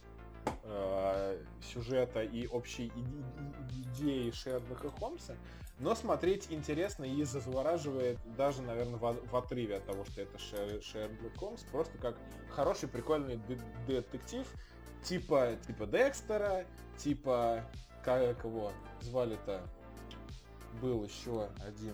э, сюжета и общей и- и- идеи Шерлока Холмса. Но смотреть интересно и завораживает даже, наверное, в, в отрыве от того, что это Шер- Шерлок Холмс, просто как хороший, прикольный д- детектив, типа, типа Декстера, типа, как его звали-то, был еще один.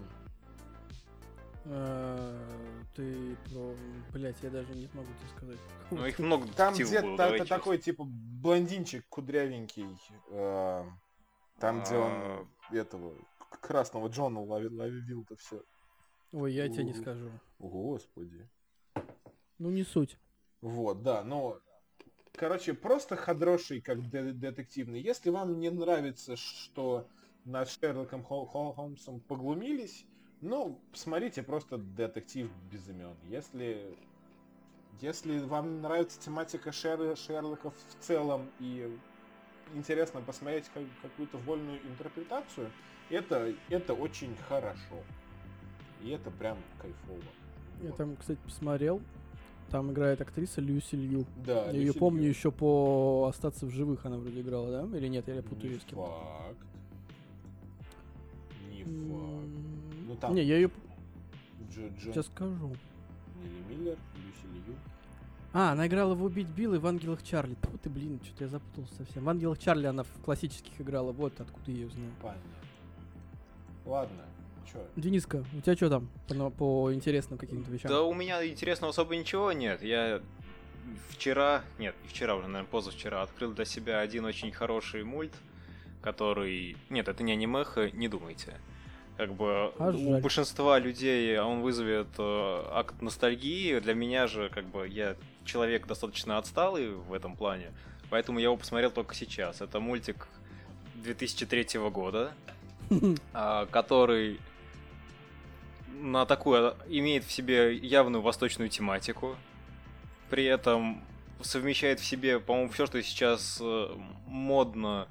Ты про... Блять, я даже не могу тебе сказать. Ну их много Там детективов было, где-то давай это честно. такой, типа, блондинчик кудрявенький, э, там, где он А. этого красного Джона ловил, ловил-то все. Ой, я тебе не У. скажу. Господи. Ну, не суть. Вот, да, но... Короче, просто хороший, как де- детективный. Если вам не нравится, что над Шерлоком Хол- Хол- Холмсом поглумились, ну, смотрите просто детектив без имен. Если... Если вам нравится тематика Шер- Шерлока в целом и интересно посмотреть как- какую-то вольную интерпретацию, это, это очень хорошо. И это прям кайфово. Я там, кстати, посмотрел. Там играет актриса Люси Лью. Да, Я ее Люси помню Лью. еще по «Остаться в живых» она вроде играла, да? Или нет, я путаю Не с кем-то. факт. Не факт. М, Ну, там- Не, я ее... Джо, Джо, Сейчас скажу. Нелли Миллер, Люси Лью. А, она играла в «Убить Билла» и в «Ангелах Чарли». Тьфу ты, блин, что-то я запутался совсем. В «Ангелах Чарли» она в классических играла, вот откуда я ее знаю. Понятно. Ладно, чё? Дениска, у тебя что там по, по интересным каким-то вещам? Да у меня интересного особо ничего нет. Я вчера, нет, не вчера уже, наверное, позавчера открыл для себя один очень хороший мульт, который... Нет, это не анимеха, не думайте. Как бы А у жаль. большинства людей он вызовет э, акт ностальгии. Для меня же, как бы, я человек достаточно отсталый в этом плане, поэтому я его посмотрел только сейчас. Это мультик две тысячи третьего года, а, который на такую имеет в себе явную восточную тематику, при этом совмещает в себе, по-моему, все, что сейчас э, модно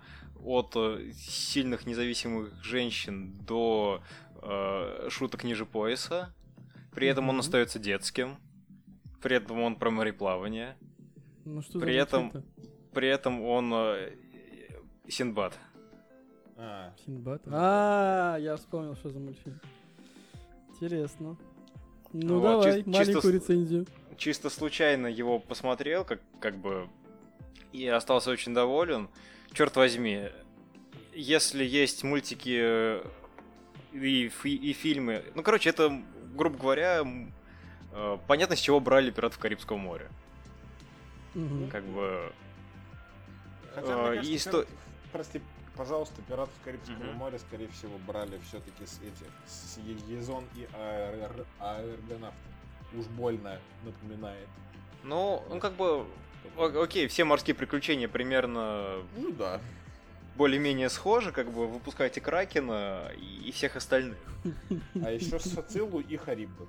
от э, сильных независимых женщин до э, шуток ниже пояса. При этом он Мгм. остается детским. При этом он про мореплавание. Ну что При за этом- мультфильм-то? При этом он э, Синдбад. А, Синдбад? А, я вспомнил, что за мультфильм. Интересно. Ну Вот, давай, чис- маленькую чисто с- рецензию. Чисто случайно его посмотрел, как, как бы, и остался очень доволен. Черт возьми, если есть мультики э, и, фи- и фильмы... Ну, короче, это, грубо говоря, м, э, понятно, с чего брали «Пиратов Карибского моря». Мгм. Как бы... хотя, э, мне кажется, и сто- пиратов- прости, пожалуйста, «Пиратов Карибского Мгм. моря», скорее всего, брали все-таки с этих, с Е- Езон и Аэр- Аэргонавт. Уж больно напоминает. Ну, ну, как бы... о- Окей, все морские приключения примерно Ну да. более-менее схожи, как бы выпускайте Кракена и, и всех остальных. А еще Сацилу и Харибду.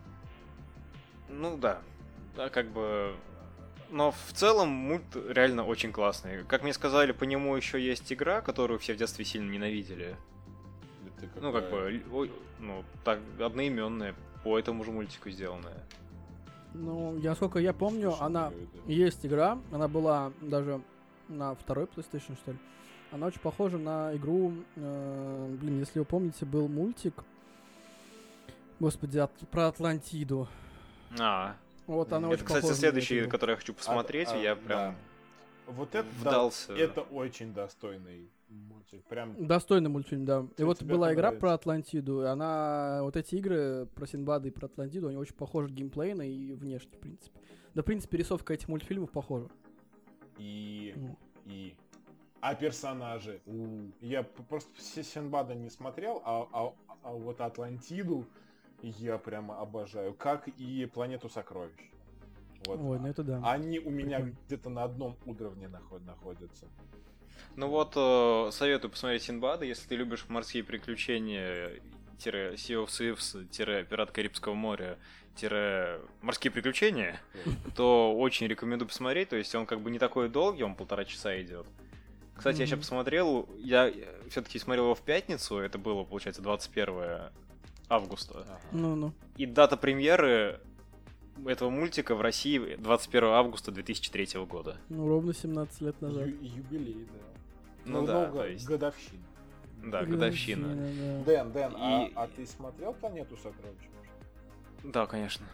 Ну да, да, как бы... Но в целом мульт реально очень классный. Как мне сказали, по нему еще есть игра, которую все в детстве сильно ненавидели. Это Ну, как какая- бы, ой, ну, так, одноименная, по этому же мультику сделанная. Ну, я сколько я помню, Слушай, она... ну, это- Есть игра, она была даже на второй PlayStation, что ли. Она очень похожа на игру, э, блин, если вы помните, был мультик, господи, от- про Атлантиду. А, Вот она Это, очень это, кстати, похожа на следующий, эту игру. который я хочу посмотреть, А- а, я да. прям Вот это, да, вдался. это очень достойный мультик. Прям Достойный мультфильм, да. И Тебе- вот тебе была игра понравится. про Атлантиду, и она... Вот эти игры про Синдбада и про Атлантиду, они очень похожи геймплейно и внешне, в принципе. Да, в принципе, рисовка этих мультфильмов похожа. и... Ну, и... А персонажи? У, Я п- просто все Синбада не смотрел, а, а, а вот Атлантиду я прямо обожаю. Как и Планету сокровищ. Вот. Ой, ну это да. Они у меня Прикольно. где-то на одном уровне наход- находятся. Ну вот, э, советую посмотреть Синдбада, если ты любишь морские приключения, тире Sea of Thieves, тире Пират Карибского моря, тире морские приключения, то очень рекомендую посмотреть. То есть он как бы не такой долгий, он полтора часа идет. Кстати, я сейчас Мгм. посмотрел, я все-таки смотрел его в пятницу, это было, получается, двадцать первое августа. Ага. Ну-ну. И дата премьеры этого мультика в России двадцать первого августа две тысячи третьего года. Ну, ровно семнадцать лет назад. Ю- юбилей, да. Ну да, много- то есть- годовщина. Да, годовщина. да. Дэн, Дэн, а, И- а ты смотрел Планету сокровищ? Да, конечно.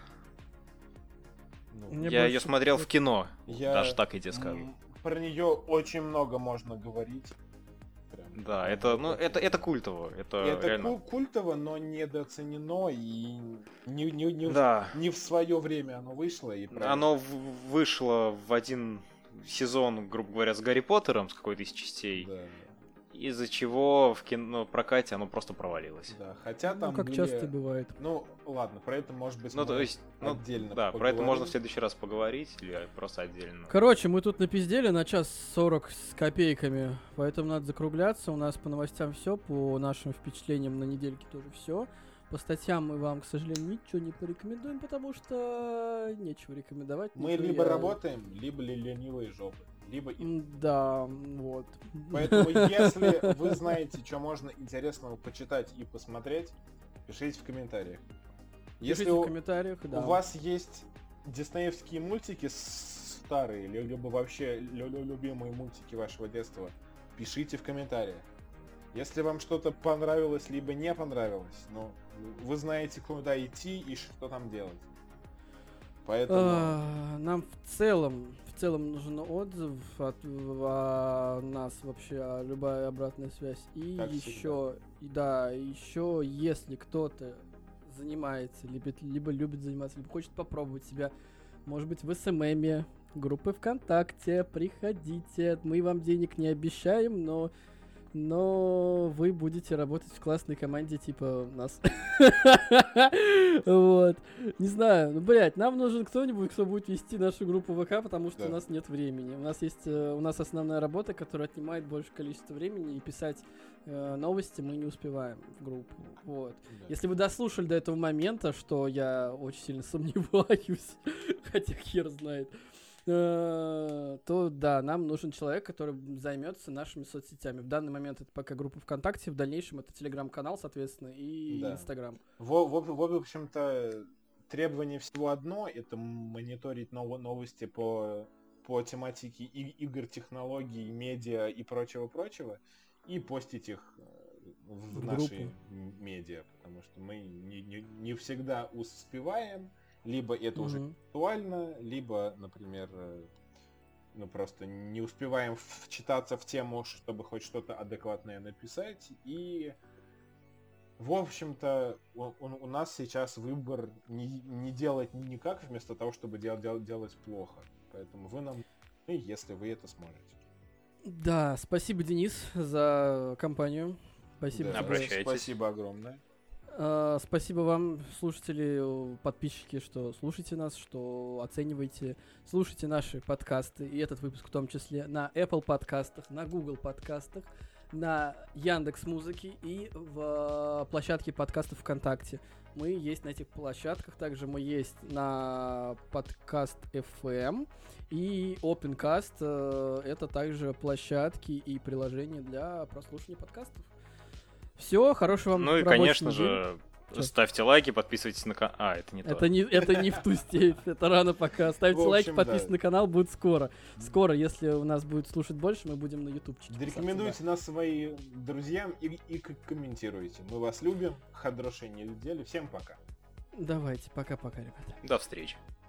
Ну, Мне Я ее больше смотрел в вот- кино, я- даже так я тебе скажу. м, Про нее очень много можно говорить. Прям. Да, это, ну, это, это культово, это, Это реально... ку- культово, но недооценено и не, не, не, в- Да, не в свое время оно вышло. И правильно. оно в- вышло в один сезон, грубо говоря, с Гарри Поттером, с какой-то из частей, Да, из-за чего в кино прокате оно просто провалилось. да. Хотя Ну, там как были- часто бывает. Ну, ладно, про это, может быть, Ну, то мы есть, ну, отдельно да, про это можно в поговорим. следующий раз поговорить, или просто отдельно. Короче, мы тут напиздели на час сорок с копейками, поэтому надо закругляться. У нас по новостям все, по нашим впечатлениям на недельке тоже все. По статьям мы вам, к сожалению, ничего не порекомендуем, потому что нечего рекомендовать. Мы ничего либо я- работаем, либо ли- ленивые жопы. Либо и... М, Да, вот. Поэтому, если вы знаете, что можно интересного почитать и посмотреть, пишите в комментариях. Если Пишите у, в комментариях, да. у вас есть диснеевские мультики с- старые, ли- либо вообще лю- лю- любимые мультики вашего детства, пишите в комментариях. Если вам что-то понравилось, либо не понравилось, ну, вы знаете, куда идти и что там делать. Поэтому... А, Нам в целом, в целом нужен отзыв от а, нас вообще, а, любая обратная связь. И Как еще, и да, еще если кто-то занимается, либо, либо любит заниматься, либо хочет попробовать себя, может быть, в СММе, группы ВКонтакте, приходите. Мы вам денег не обещаем, но но вы будете работать в классной команде типа нас. Вот. Не знаю, ну, блядь, нам нужен кто-нибудь, кто будет вести нашу группу ВК, потому что Да. у нас нет времени. У нас есть, э, у нас основная работа, которая отнимает большее количество времени, и писать э, новости мы не успеваем в группу. Вот. да. Если вы дослушали до этого момента, что я очень сильно сомневаюсь, хотя хер знает, э, то да, нам нужен человек, который займется нашими соцсетями. В данный момент это пока группа ВКонтакте, в дальнейшем это телеграм-канал, соответственно, и Да. Инстаграм. В, в, в, в общем-то, требование всего одно — это мониторить нов- новости по, по тематике и- игр, технологий, медиа и прочего-прочего, и постить их в, В наши группу. м- медиа, потому что мы не, не, не всегда успеваем, либо это уже Мгм. актуально, либо, например, э, ну просто не успеваем вчитаться в тему, чтобы хоть что-то адекватное написать, и в общем-то у, у- у нас сейчас выбор не, не делать никак, вместо того, чтобы дел, дел- делать плохо, поэтому вы нам, ну, если вы это сможете. Да, спасибо, Денис, за компанию. Спасибо Да, тебе. Обращайтесь. Спасибо огромное. А, Спасибо вам, слушатели, подписчики, что слушаете нас, что оцениваете, слушайте наши подкасты, и этот выпуск в том числе на Apple подкастах, на Google подкастах, на Яндекс.Музыке и в площадке подкастов ВКонтакте. Мы есть на этих площадках, также мы есть на подкаст эф эм и Opencast. э, Это также площадки и приложения для прослушивания подкастов. Все, хорошего вам Ну и, рабочей конечно недели. же, Чё? ставьте лайки, подписывайтесь на канал. А, это не то. Это не, это не в ту степь, это рано пока. Ставьте В лайки, общем, да. подписывайтесь на канал, будет скоро. Скоро, если у нас будет слушать больше, мы будем на ютубчике. Рекомендуйте нас своим друзьям и, и к- комментируйте. Мы вас любим. Хорошей недели. Всем пока. Давайте, пока-пока, ребята. До встречи.